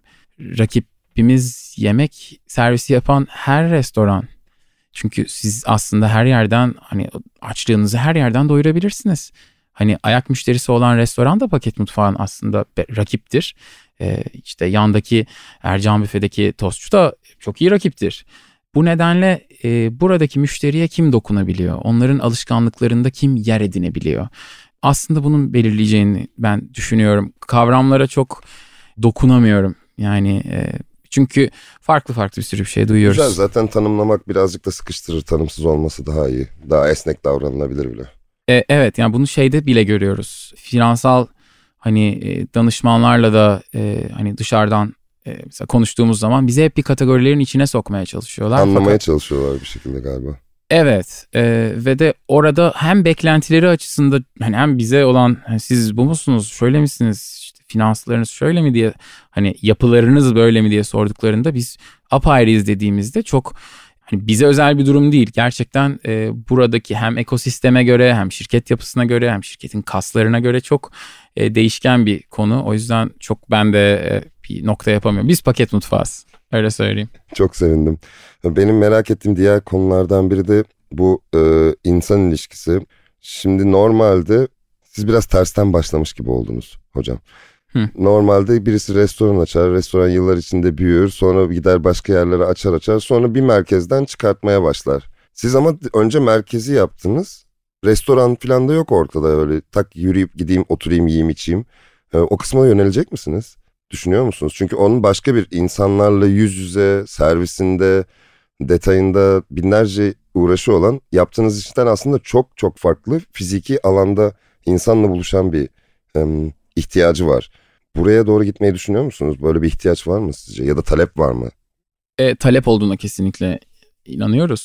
rakibimiz yemek servisi yapan her restoran. Çünkü siz aslında her yerden hani açlığınızı her yerden doyurabilirsiniz. Hani ayak müşterisi olan restoran da Paket Mutfağın aslında rakiptir. Ee, işte yandaki Ercan Büfe'deki tostçu da çok iyi rakiptir. Bu nedenle e, buradaki müşteriye kim dokunabiliyor? Onların alışkanlıklarında kim yer edinebiliyor? Aslında bunun belirleyeceğini ben düşünüyorum. Kavramlara çok dokunamıyorum. Yani e, çünkü farklı farklı bir sürü bir şey duyuyoruz. Güzel, zaten tanımlamak birazcık da sıkıştırır. Tanımsız olması daha iyi. Daha esnek davranılabilir bile. E, evet yani bunu şeyde bile görüyoruz. Finansal hani e, danışmanlarla da e, hani dışarıdan e, mesela konuştuğumuz zaman bizi hep bir kategorilerin içine sokmaya çalışıyorlar. Anlamaya Fakat, çalışıyorlar bir şekilde galiba. Evet e, ve de orada hem beklentileri açısından hani hem bize olan hani siz bu musunuz, şöyle misiniz, işte finanslarınız şöyle mi diye, hani yapılarınız böyle mi diye sorduklarında biz apayrıyız dediğimizde çok hani bize özel bir durum değil. Gerçekten e, buradaki hem ekosisteme göre hem şirket yapısına göre hem şirketin kaslarına göre çok e, değişken bir konu. O yüzden çok ben de e, bir nokta yapamıyorum. Biz Paket Mutfağız. Öyle söyleyeyim. Çok sevindim. Benim merak ettiğim diğer konulardan biri de bu e, insan ilişkisi. Şimdi normalde siz biraz tersten başlamış gibi oldunuz hocam. Hı. Normalde birisi restoran açar, restoran yıllar içinde büyür, sonra gider başka yerlere açar açar, sonra bir merkezden çıkartmaya başlar. Siz ama önce merkezi yaptınız, restoran falan da yok ortada, öyle tak yürüyüp gideyim oturayım yiyeyim içeyim. O kısma yönelecek misiniz? Düşünüyor musunuz? Çünkü onun başka bir insanlarla yüz yüze, servisinde, detayında binlerce uğraşı olan, yaptığınız işten aslında çok çok farklı fiziki alanda insanla buluşan bir um, ihtiyacı var. Buraya doğru gitmeyi düşünüyor musunuz? Böyle bir ihtiyaç var mı sizce? Ya da talep var mı? E, talep olduğuna kesinlikle inanıyoruz.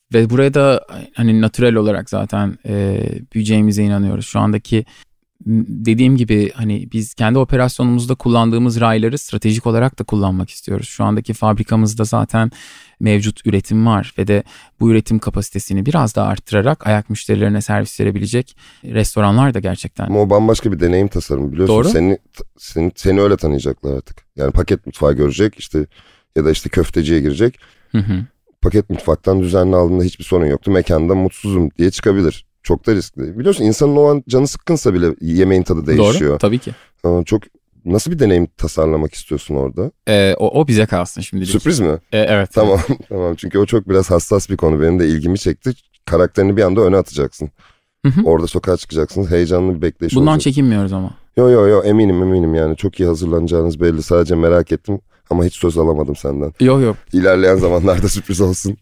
Ve buraya da hani natürel olarak zaten e, büyüyeceğimize inanıyoruz. Şu andaki dediğim gibi hani biz kendi operasyonumuzda kullandığımız rayları stratejik olarak da kullanmak istiyoruz. Şu andaki fabrikamızda zaten mevcut üretim var ve de bu üretim kapasitesini biraz daha arttırarak ayak müşterilerine servis verebilecek restoranlar da gerçekten. Ama o bambaşka bir deneyim tasarımı biliyorsun. Doğru. Seni, seni, seni öyle tanıyacaklar artık. Yani paket mutfağı görecek işte ya da işte köfteciye girecek. Hı hı. Paket mutfaktan düzenli aldığında hiçbir sorun yoktu. Mekanda mutsuzum diye çıkabilir. Çok da riskli. Biliyorsun insanın o an canı sıkkınsa bile yemeğin tadı değişiyor. Doğru, tabii ki. Ama çok nasıl bir deneyim tasarlamak istiyorsun orada? Ee, o, o bize kalsın şimdilik. Sürpriz mi? Ee, evet. Tamam evet. tamam çünkü o çok biraz hassas bir konu. Benim de ilgimi çekti. Karakterini bir anda öne atacaksın. Hı hı. Orada sokağa çıkacaksınız. Heyecanlı bir bekleyiş Bundan olacak. çekinmiyoruz ama. Yo yo yo eminim eminim yani çok iyi hazırlanacağınız belli. Sadece merak ettim ama hiç söz alamadım senden. Yok yok. İlerleyen zamanlarda sürpriz olsun.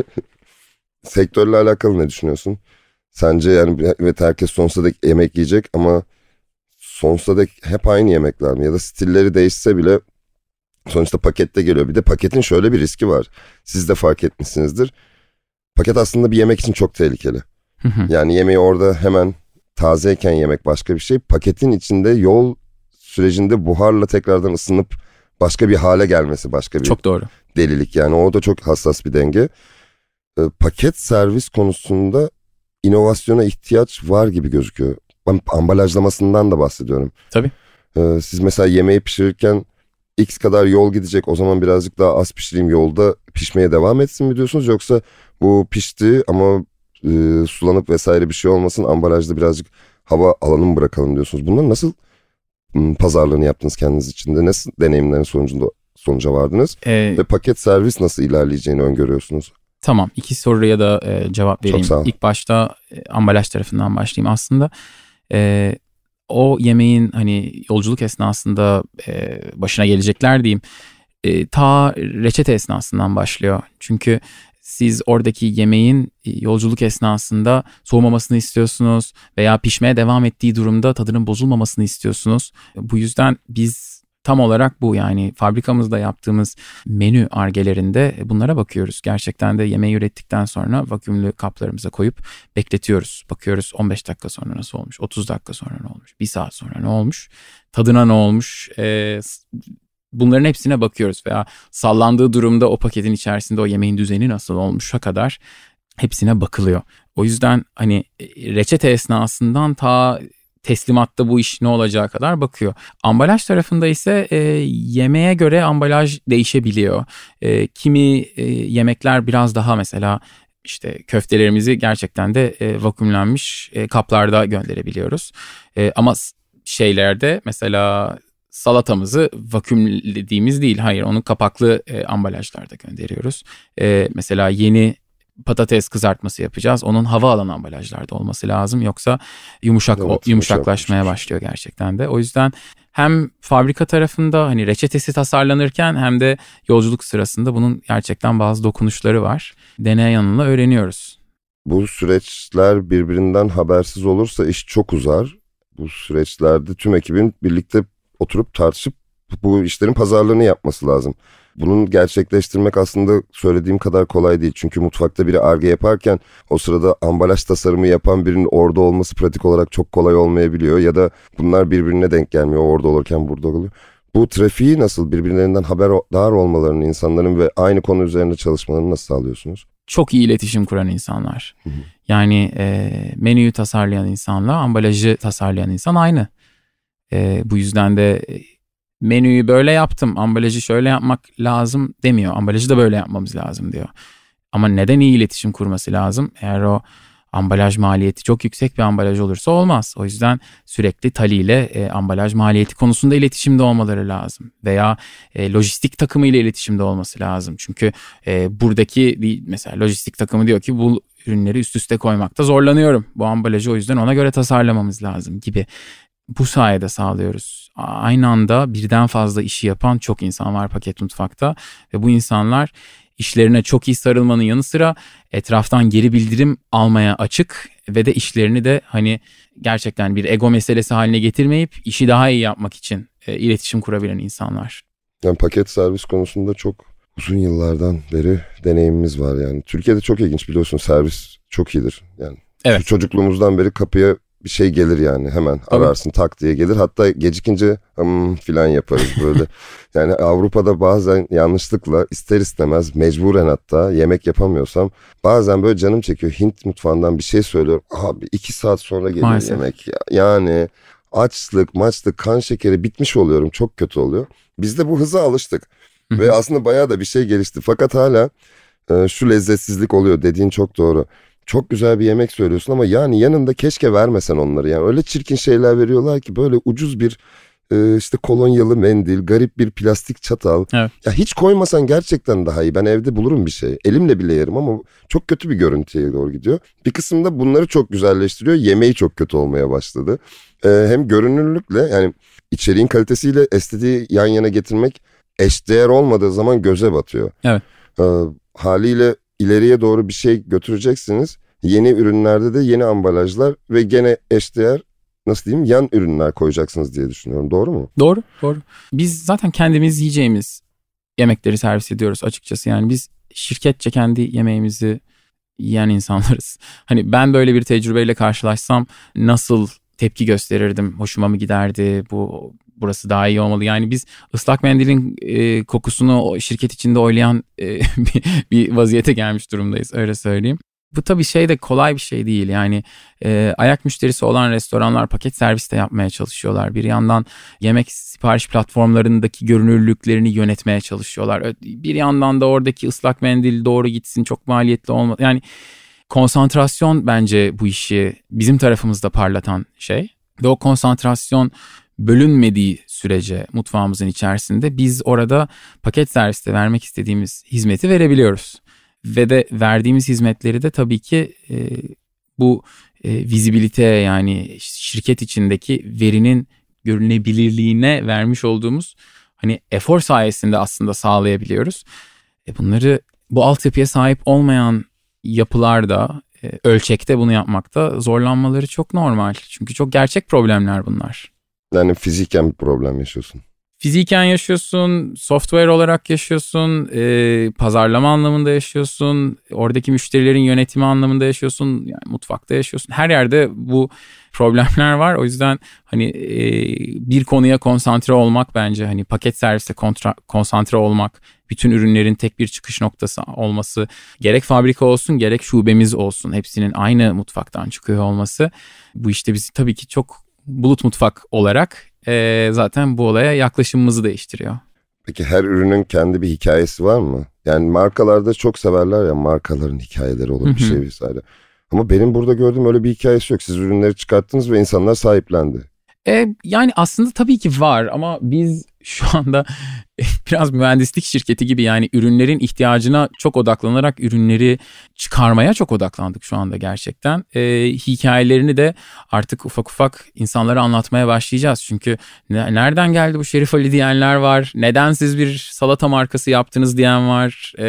Sektörle alakalı ne düşünüyorsun? Sence yani evet herkes sonsuza dek yemek yiyecek ama sonsuza dek hep aynı yemekler mi? Ya da stilleri değişse bile sonuçta pakette geliyor. Bir de paketin şöyle bir riski var. Siz de fark etmişsinizdir. Paket aslında bir yemek için çok tehlikeli. Hı hı. Yani yemeği orada hemen tazeyken yemek başka bir şey. Paketin içinde yol sürecinde buharla tekrardan ısınıp başka bir hale gelmesi başka bir Çok doğru. delilik. Yani o da çok hassas bir denge. E, paket servis konusunda inovasyona ihtiyaç var gibi gözüküyor. Ben ambalajlamasından da bahsediyorum. Tabii. E, siz mesela yemeği pişirirken X kadar yol gidecek o zaman birazcık daha az pişireyim yolda pişmeye devam etsin mi diyorsunuz? Yoksa bu pişti ama e, sulanıp vesaire bir şey olmasın ambalajda birazcık hava alanı mı bırakalım diyorsunuz? Bunları nasıl m, pazarlığını yaptınız kendiniz içinde? Nasıl deneyimlerin sonucunda sonuca vardınız? Ee, Ve paket servis nasıl ilerleyeceğini öngörüyorsunuz? Tamam, iki soruya da e, cevap vereyim. Çok sağ ol. İlk başta e, ambalaj tarafından başlayayım. Aslında e, o yemeğin hani yolculuk esnasında e, başına gelecekler diyeyim. E, ta reçete esnasından başlıyor. Çünkü siz oradaki yemeğin yolculuk esnasında soğumamasını istiyorsunuz veya pişmeye devam ettiği durumda tadının bozulmamasını istiyorsunuz. Bu yüzden biz tam olarak bu yani fabrikamızda yaptığımız menü argelerinde bunlara bakıyoruz. Gerçekten de yemeği ürettikten sonra vakumlu kaplarımıza koyup bekletiyoruz. Bakıyoruz on beş dakika sonra nasıl olmuş, otuz dakika sonra ne olmuş, bir saat sonra ne olmuş, tadına ne olmuş. Ee, bunların hepsine bakıyoruz veya sallandığı durumda o paketin içerisinde o yemeğin düzeni nasıl olmuşa kadar hepsine bakılıyor. O yüzden hani reçete esnasından ta teslimatta bu iş ne olacağı kadar bakıyor. Ambalaj tarafında ise e, yemeğe göre ambalaj değişebiliyor. E, kimi e, yemekler biraz daha mesela işte köftelerimizi gerçekten de e, vakumlanmış e, kaplarda gönderebiliyoruz. E, ama şeylerde mesela salatamızı vakumlediğimiz değil, hayır onu kapaklı e, ambalajlarda gönderiyoruz. E, mesela yeni patates kızartması yapacağız. Onun hava alan ambalajlarda olması lazım. Yoksa yumuşak Evet, o, yumuşaklaşmaya yumuşak. başlıyor gerçekten de. O yüzden hem fabrika tarafında hani reçetesi tasarlanırken hem de yolculuk sırasında bunun gerçekten bazı dokunuşları var. Deney yanıyla öğreniyoruz. Bu süreçler birbirinden habersiz olursa iş çok uzar. Bu süreçlerde tüm ekibin birlikte oturup tartışıp bu işlerin pazarlığını yapması lazım. Bunun gerçekleştirmek aslında söylediğim kadar kolay değil. Çünkü mutfakta biri Ar-Ge yaparken o sırada ambalaj tasarımı yapan birinin orada olması pratik olarak çok kolay olmayabiliyor. Ya da bunlar birbirine denk gelmiyor. Orada olurken burada oluyor. Bu trafiği nasıl birbirlerinden haberdar olmalarını insanların ve aynı konu üzerinde çalışmalarını nasıl sağlıyorsunuz? Çok iyi iletişim kuran insanlar. Hı hı. Yani e, menüyü tasarlayan insanla ambalajı tasarlayan insan aynı. E, bu yüzden de menüyü böyle yaptım, ambalajı şöyle yapmak lazım demiyor. Ambalajı da böyle yapmamız lazım diyor. Ama neden iyi iletişim kurması lazım? Eğer o ambalaj maliyeti çok yüksek bir ambalaj olursa olmaz. O yüzden sürekli Tali ile e, ambalaj maliyeti konusunda iletişimde olmaları lazım. Veya e, lojistik takımı ile iletişimde olması lazım. Çünkü e, buradaki bir, mesela lojistik takımı diyor ki bu ürünleri üst üste koymakta zorlanıyorum. Bu ambalajı o yüzden ona göre tasarlamamız lazım gibi. Bu sayede sağlıyoruz. Aynı anda birden fazla işi yapan çok insan var paket mutfakta ve bu insanlar işlerine çok iyi sarılmanın yanı sıra etraftan geri bildirim almaya açık ve de işlerini de hani gerçekten bir ego meselesi haline getirmeyip işi daha iyi yapmak için e, iletişim kurabilen insanlar. Yani paket servis konusunda çok uzun yıllardan beri deneyimimiz var yani. Türkiye'de çok ilginç, biliyorsun, servis çok iyidir. Yani Evet. çocukluğumuzdan beri kapıya bir şey gelir yani, hemen Tabii. ararsın tak diye gelir. Hatta gecikince hım filan yaparız böyle. Yani Avrupa'da bazen yanlışlıkla, ister istemez, mecburen hatta yemek yapamıyorsam bazen böyle canım çekiyor. Hint mutfağından bir şey söylüyorum. Abi iki saat sonra geliyor Maalesef. yemek ya. Yani açlık, maçlık, kan şekeri bitmiş oluyorum. Çok kötü oluyor. Biz de bu hıza alıştık. Ve aslında bayağı da bir şey gelişti. Fakat hala e, şu lezzetsizlik oluyor. Dediğin çok doğru. Çok güzel bir yemek söylüyorsun ama yani yanında keşke vermesen onları. Yani öyle çirkin şeyler veriyorlar ki, böyle ucuz bir e, işte kolonyalı mendil, garip bir plastik çatal. Evet. Ya hiç koymasan gerçekten daha iyi. Ben evde bulurum bir şey. Elimle bile yerim ama çok kötü bir görüntüye doğru gidiyor. Bir kısımda bunları çok güzelleştiriyor. Yemeği çok kötü olmaya başladı. E, hem görünürlükle, yani içeriğin kalitesiyle estetiği yan yana getirmek eşdeğer olmadığı zaman göze batıyor. Evet. E, haliyle ileriye doğru bir şey götüreceksiniz. Yeni ürünlerde de yeni ambalajlar ve gene eşdeğer, nasıl diyeyim, yan ürünler koyacaksınız diye düşünüyorum. Doğru mu? Doğru, doğru. Biz zaten kendimiz yiyeceğimiz yemekleri servis ediyoruz açıkçası. Yani biz şirketçe kendi yemeğimizi yiyen insanlarız. Hani ben böyle bir tecrübeyle karşılaşsam nasıl tepki gösterirdim? Hoşuma mı giderdi? Bu burası daha iyi olmalı. Yani biz ıslak mendilin e, kokusunu o şirket içinde oylayan e, bir, bir vaziyete gelmiş durumdayız, öyle söyleyeyim. Bu tabii şey de kolay bir şey değil. Yani e, ayak müşterisi olan restoranlar paket servis de yapmaya çalışıyorlar. Bir yandan yemek sipariş platformlarındaki görünürlüklerini yönetmeye çalışıyorlar. Bir yandan da oradaki ıslak mendil doğru gitsin, çok maliyetli olmaz. Yani konsantrasyon bence bu işi bizim tarafımızda parlatan şey. Ve o konsantrasyon bölünmediği sürece mutfağımızın içerisinde biz orada paket serviste vermek istediğimiz hizmeti verebiliyoruz. Ve de verdiğimiz hizmetleri de tabii ki e, bu e, vizibilite, yani şirket içindeki verinin görünebilirliğine vermiş olduğumuz hani efor sayesinde aslında sağlayabiliyoruz. E, bunları bu altyapıya sahip olmayan yapılarda, e, ölçekte bunu yapmakta zorlanmaları çok normal. Çünkü çok gerçek problemler bunlar. Yani fiziken bir problem yaşıyorsun. Fiziken yaşıyorsun, software olarak yaşıyorsun, e, pazarlama anlamında yaşıyorsun, oradaki müşterilerin yönetimi anlamında yaşıyorsun, yani mutfakta yaşıyorsun. Her yerde bu problemler var. O yüzden hani e, bir konuya konsantre olmak, bence hani paket serviste kontra, konsantre olmak, bütün ürünlerin tek bir çıkış noktası olması, gerek fabrika olsun gerek şubemiz olsun, hepsinin aynı mutfaktan çıkıyor olması, bu işte bizi tabii ki çok bulut mutfak olarak e, zaten bu olaya yaklaşımımızı değiştiriyor. Peki her ürünün kendi bir hikayesi var mı? Yani markalarda çok severler ya, markaların hikayeleri olur bir şey vesaire. Ama benim burada gördüğüm öyle bir hikayesi yok. Siz ürünleri çıkarttınız ve insanlar sahiplendi. E, yani aslında tabii ki var ama biz şu anda biraz mühendislik şirketi gibi, yani ürünlerin ihtiyacına çok odaklanarak ürünleri çıkarmaya çok odaklandık şu anda gerçekten. E, hikayelerini de artık ufak ufak insanlara anlatmaya başlayacağız. Çünkü ne, nereden geldi bu Şerif Ali diyenler var. Neden siz bir salata markası yaptınız diyen var. E,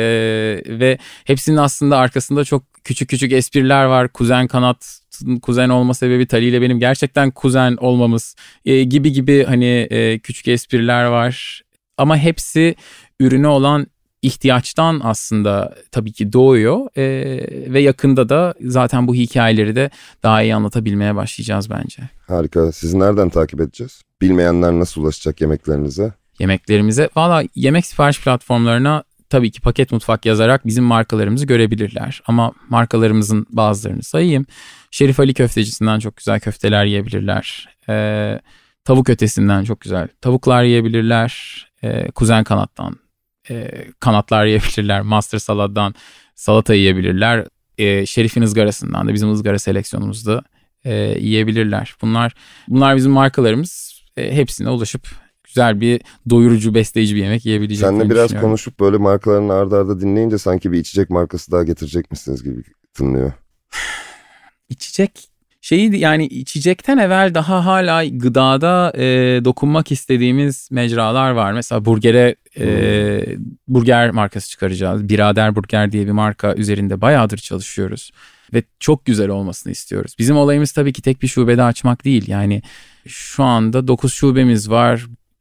ve hepsinin aslında arkasında çok küçük küçük espriler var. Kuzen Kanat, kuzen olma sebebi Tali ile benim gerçekten kuzen olmamız e, gibi gibi hani e, küçük espriler var. Ama hepsi ürüne olan ihtiyaçtan aslında tabii ki doğuyor e, ve yakında da zaten bu hikayeleri de daha iyi anlatabilmeye başlayacağız bence. Harika. Sizi nereden takip edeceğiz? Bilmeyenler nasıl ulaşacak yemeklerinize? Yemeklerimize valla yemek sipariş platformlarına tabii ki Paket Mutfak yazarak bizim markalarımızı görebilirler. Ama markalarımızın bazılarını sayayım. Şerif Ali Köftecisi'nden çok güzel köfteler yiyebilirler. Ee, tavuk ötesinden çok güzel tavuklar yiyebilirler. Ee, Kuzen Kanat'tan e, kanatlar yiyebilirler. Master Salad'dan salata yiyebilirler. Ee, Şerif'in ızgarasından da bizim ızgara seleksiyonumuzda e, yiyebilirler. Bunlar bunlar bizim markalarımız. E, hepsine ulaşıp güzel bir doyurucu, besleyici bir yemek yiyebileceklerini Seninle biraz düşünüyorum. konuşup böyle markalarını arda arda dinleyince sanki bir içecek markası daha getirecekmişsiniz gibi tınlıyor. İçecek şeyi, yani içecekten evvel daha hala gıdada e, dokunmak istediğimiz mecralar var. Mesela burgere e, burger markası çıkaracağız. Birader Burger diye bir marka üzerinde bayağıdır çalışıyoruz. Ve çok güzel olmasını istiyoruz. Bizim olayımız tabii ki tek bir şubede açmak değil. Yani şu anda dokuz şubemiz var.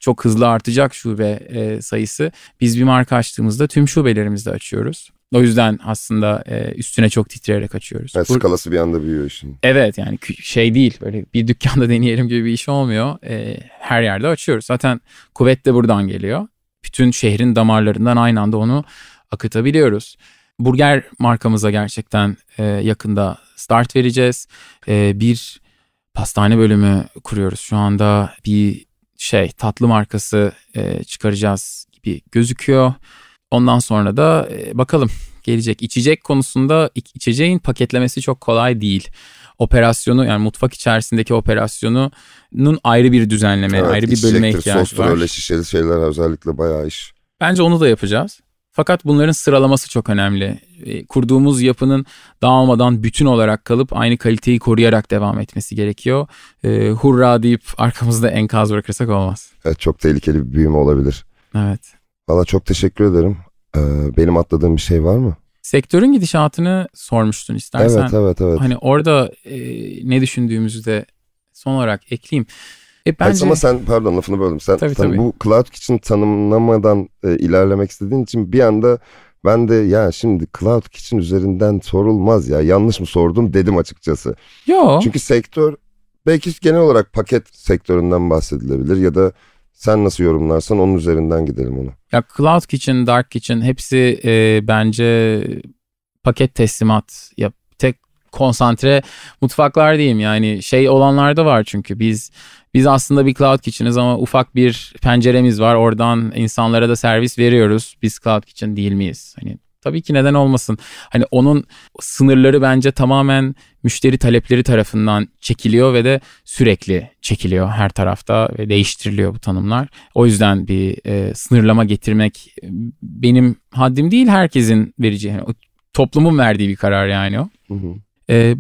çok hızlı artacak şube e, sayısı. Biz bir marka açtığımızda tüm şubelerimizde açıyoruz. O yüzden aslında e, üstüne çok titreyerek açıyoruz. Yani skalası bir anda büyüyor işin. Evet, yani şey değil, böyle bir dükkanda deneyelim gibi bir iş olmuyor. E, her yerde açıyoruz. Zaten kuvvet de buradan geliyor. Bütün şehrin damarlarından aynı anda onu akıtabiliyoruz. Burger markamıza gerçekten e, yakında start vereceğiz. E, bir pastane bölümü kuruyoruz. Şu anda bir şey tatlı markası e, çıkaracağız gibi gözüküyor. Ondan sonra da e, bakalım gelecek. İçecek konusunda içeceğin paketlemesi çok kolay değil. Operasyonu, yani mutfak içerisindeki operasyonunun ayrı bir düzenleme, evet, ayrı bir bölüme ihtiyacı sostur, var. Öyle şişeli şeyler özellikle bayağı iş. Bence onu da yapacağız. Fakat bunların sıralaması çok önemli. E, kurduğumuz yapının dağılmadan bütün olarak kalıp aynı kaliteyi koruyarak devam etmesi gerekiyor. E, hurra deyip arkamızda enkaz bırakırsak olmaz. Evet, çok tehlikeli bir büyüme olabilir. Evet. Valla çok teşekkür ederim. Ee, benim atladığım bir şey var mı? Sektörün gidişatını sormuştun istersen. Evet, evet, evet. Hani orada e, ne düşündüğümüzü de son olarak ekleyeyim. E bence... Ama sen, pardon lafını böldüm. Sen tabii, tabii, tabii. bu Cloud Kitchen tanımlamadan e, ilerlemek istediğin için bir anda ben de ya şimdi Cloud Kitchen üzerinden sorulmaz ya, yanlış mı sordum dedim açıkçası. Yo. Çünkü sektör belki genel olarak paket sektöründen bahsedilebilir ya da sen nasıl yorumlarsan onun üzerinden gidelim onu. Ya Cloud Kitchen, Dark Kitchen hepsi e, bence paket teslimat ya, tek konsantre mutfaklar diyeyim, yani şey olanlar da var çünkü biz biz aslında bir Cloud Kitchen'iz ama ufak bir penceremiz var, oradan insanlara da servis veriyoruz. Biz Cloud Kitchen değil miyiz? Hani tabii ki, neden olmasın? Hani onun sınırları bence tamamen müşteri talepleri tarafından çekiliyor ve de sürekli çekiliyor her tarafta ve değiştiriliyor bu tanımlar. O yüzden bir e, sınırlama getirmek benim haddim değil, herkesin vereceği, yani, toplumun verdiği bir karar yani o. Hı hı. E,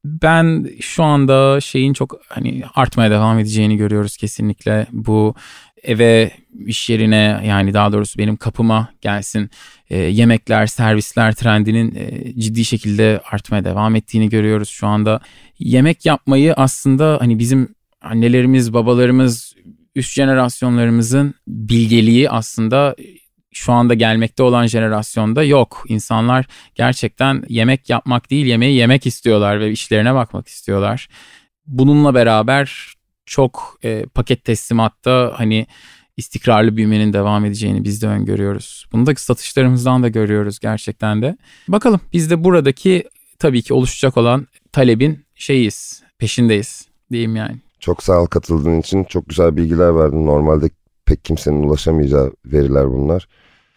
ben şu anda şeyin çok hani artmaya devam edeceğini görüyoruz kesinlikle. Bu eve, iş yerine, yani daha doğrusu benim kapıma gelsin e, yemekler, servisler trendinin e, ciddi şekilde artmaya devam ettiğini görüyoruz şu anda. Yemek yapmayı aslında hani bizim annelerimiz, babalarımız, üst jenerasyonlarımızın bilgeliği aslında şu anda gelmekte olan jenerasyonda yok. İnsanlar gerçekten yemek yapmak değil, yemeği yemek istiyorlar ve işlerine bakmak istiyorlar. Bununla beraber çok e, paket teslimatta hani istikrarlı büyümenin devam edeceğini biz de öngörüyoruz. Bunu da satışlarımızdan da görüyoruz gerçekten de. Bakalım, biz de buradaki tabii ki oluşacak olan talebin şeyiz, peşindeyiz diyeyim yani. Çok sağ ol katıldığın için. Çok güzel bilgiler verdin. Normalde pek kimsenin ulaşamayacağı veriler bunlar.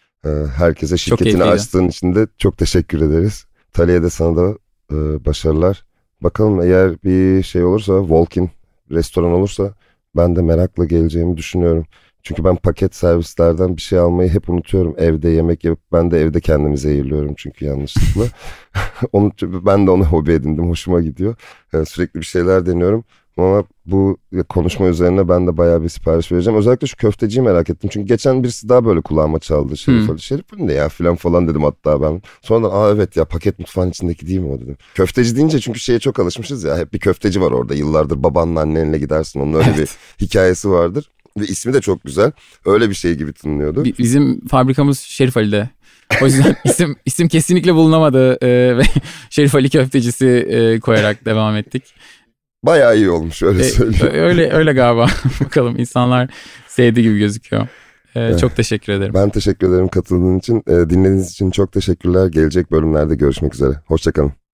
Herkese şirketini açtığın için de çok teşekkür ederiz. Tali'ye de sana da e, başarılar. Bakalım, eğer bir şey olursa, walk-in restoran olursa ben de merakla geleceğimi düşünüyorum. Çünkü ben paket servislerden bir şey almayı hep unutuyorum. Evde yemek yapıp ben de evde kendimi zehirliyorum çünkü yanlışlıkla. onu, ben de onu hobi edindim. Hoşuma gidiyor. Yani sürekli bir şeyler deniyorum. Ama bu konuşma üzerine ben de bayağı bir sipariş vereceğim. Özellikle şu köfteciyi merak ettim. Çünkü geçen birisi daha böyle kulağıma çaldı. Şerif hmm. Ali. Şerif bu ne ya filan falan dedim hatta ben. Sonradan aa evet ya, paket mutfağın içindeki değil mi o dedim. Köfteci deyince çünkü şeye çok alışmışız ya. Hep bir köfteci var orada. Yıllardır babanla annenle gidersin. Onun öyle bir hikayesi vardır. Ve ismi de çok güzel. Öyle bir şey gibi tınlıyordu. Bizim fabrikamız Şerif Ali'de. O yüzden isim isim kesinlikle bulunamadı ee, ve Şerif Ali köftecisi e, koyarak devam ettik. Bayağı iyi olmuş, öyle ee, söyleyeyim. Öyle öyle galiba. Bakalım, insanlar sevdiği gibi gözüküyor. Ee, evet. Çok teşekkür ederim. Ben teşekkür ederim katıldığın için. Ee, dinlediğiniz için çok teşekkürler. Gelecek bölümlerde görüşmek üzere. Hoşça kalın.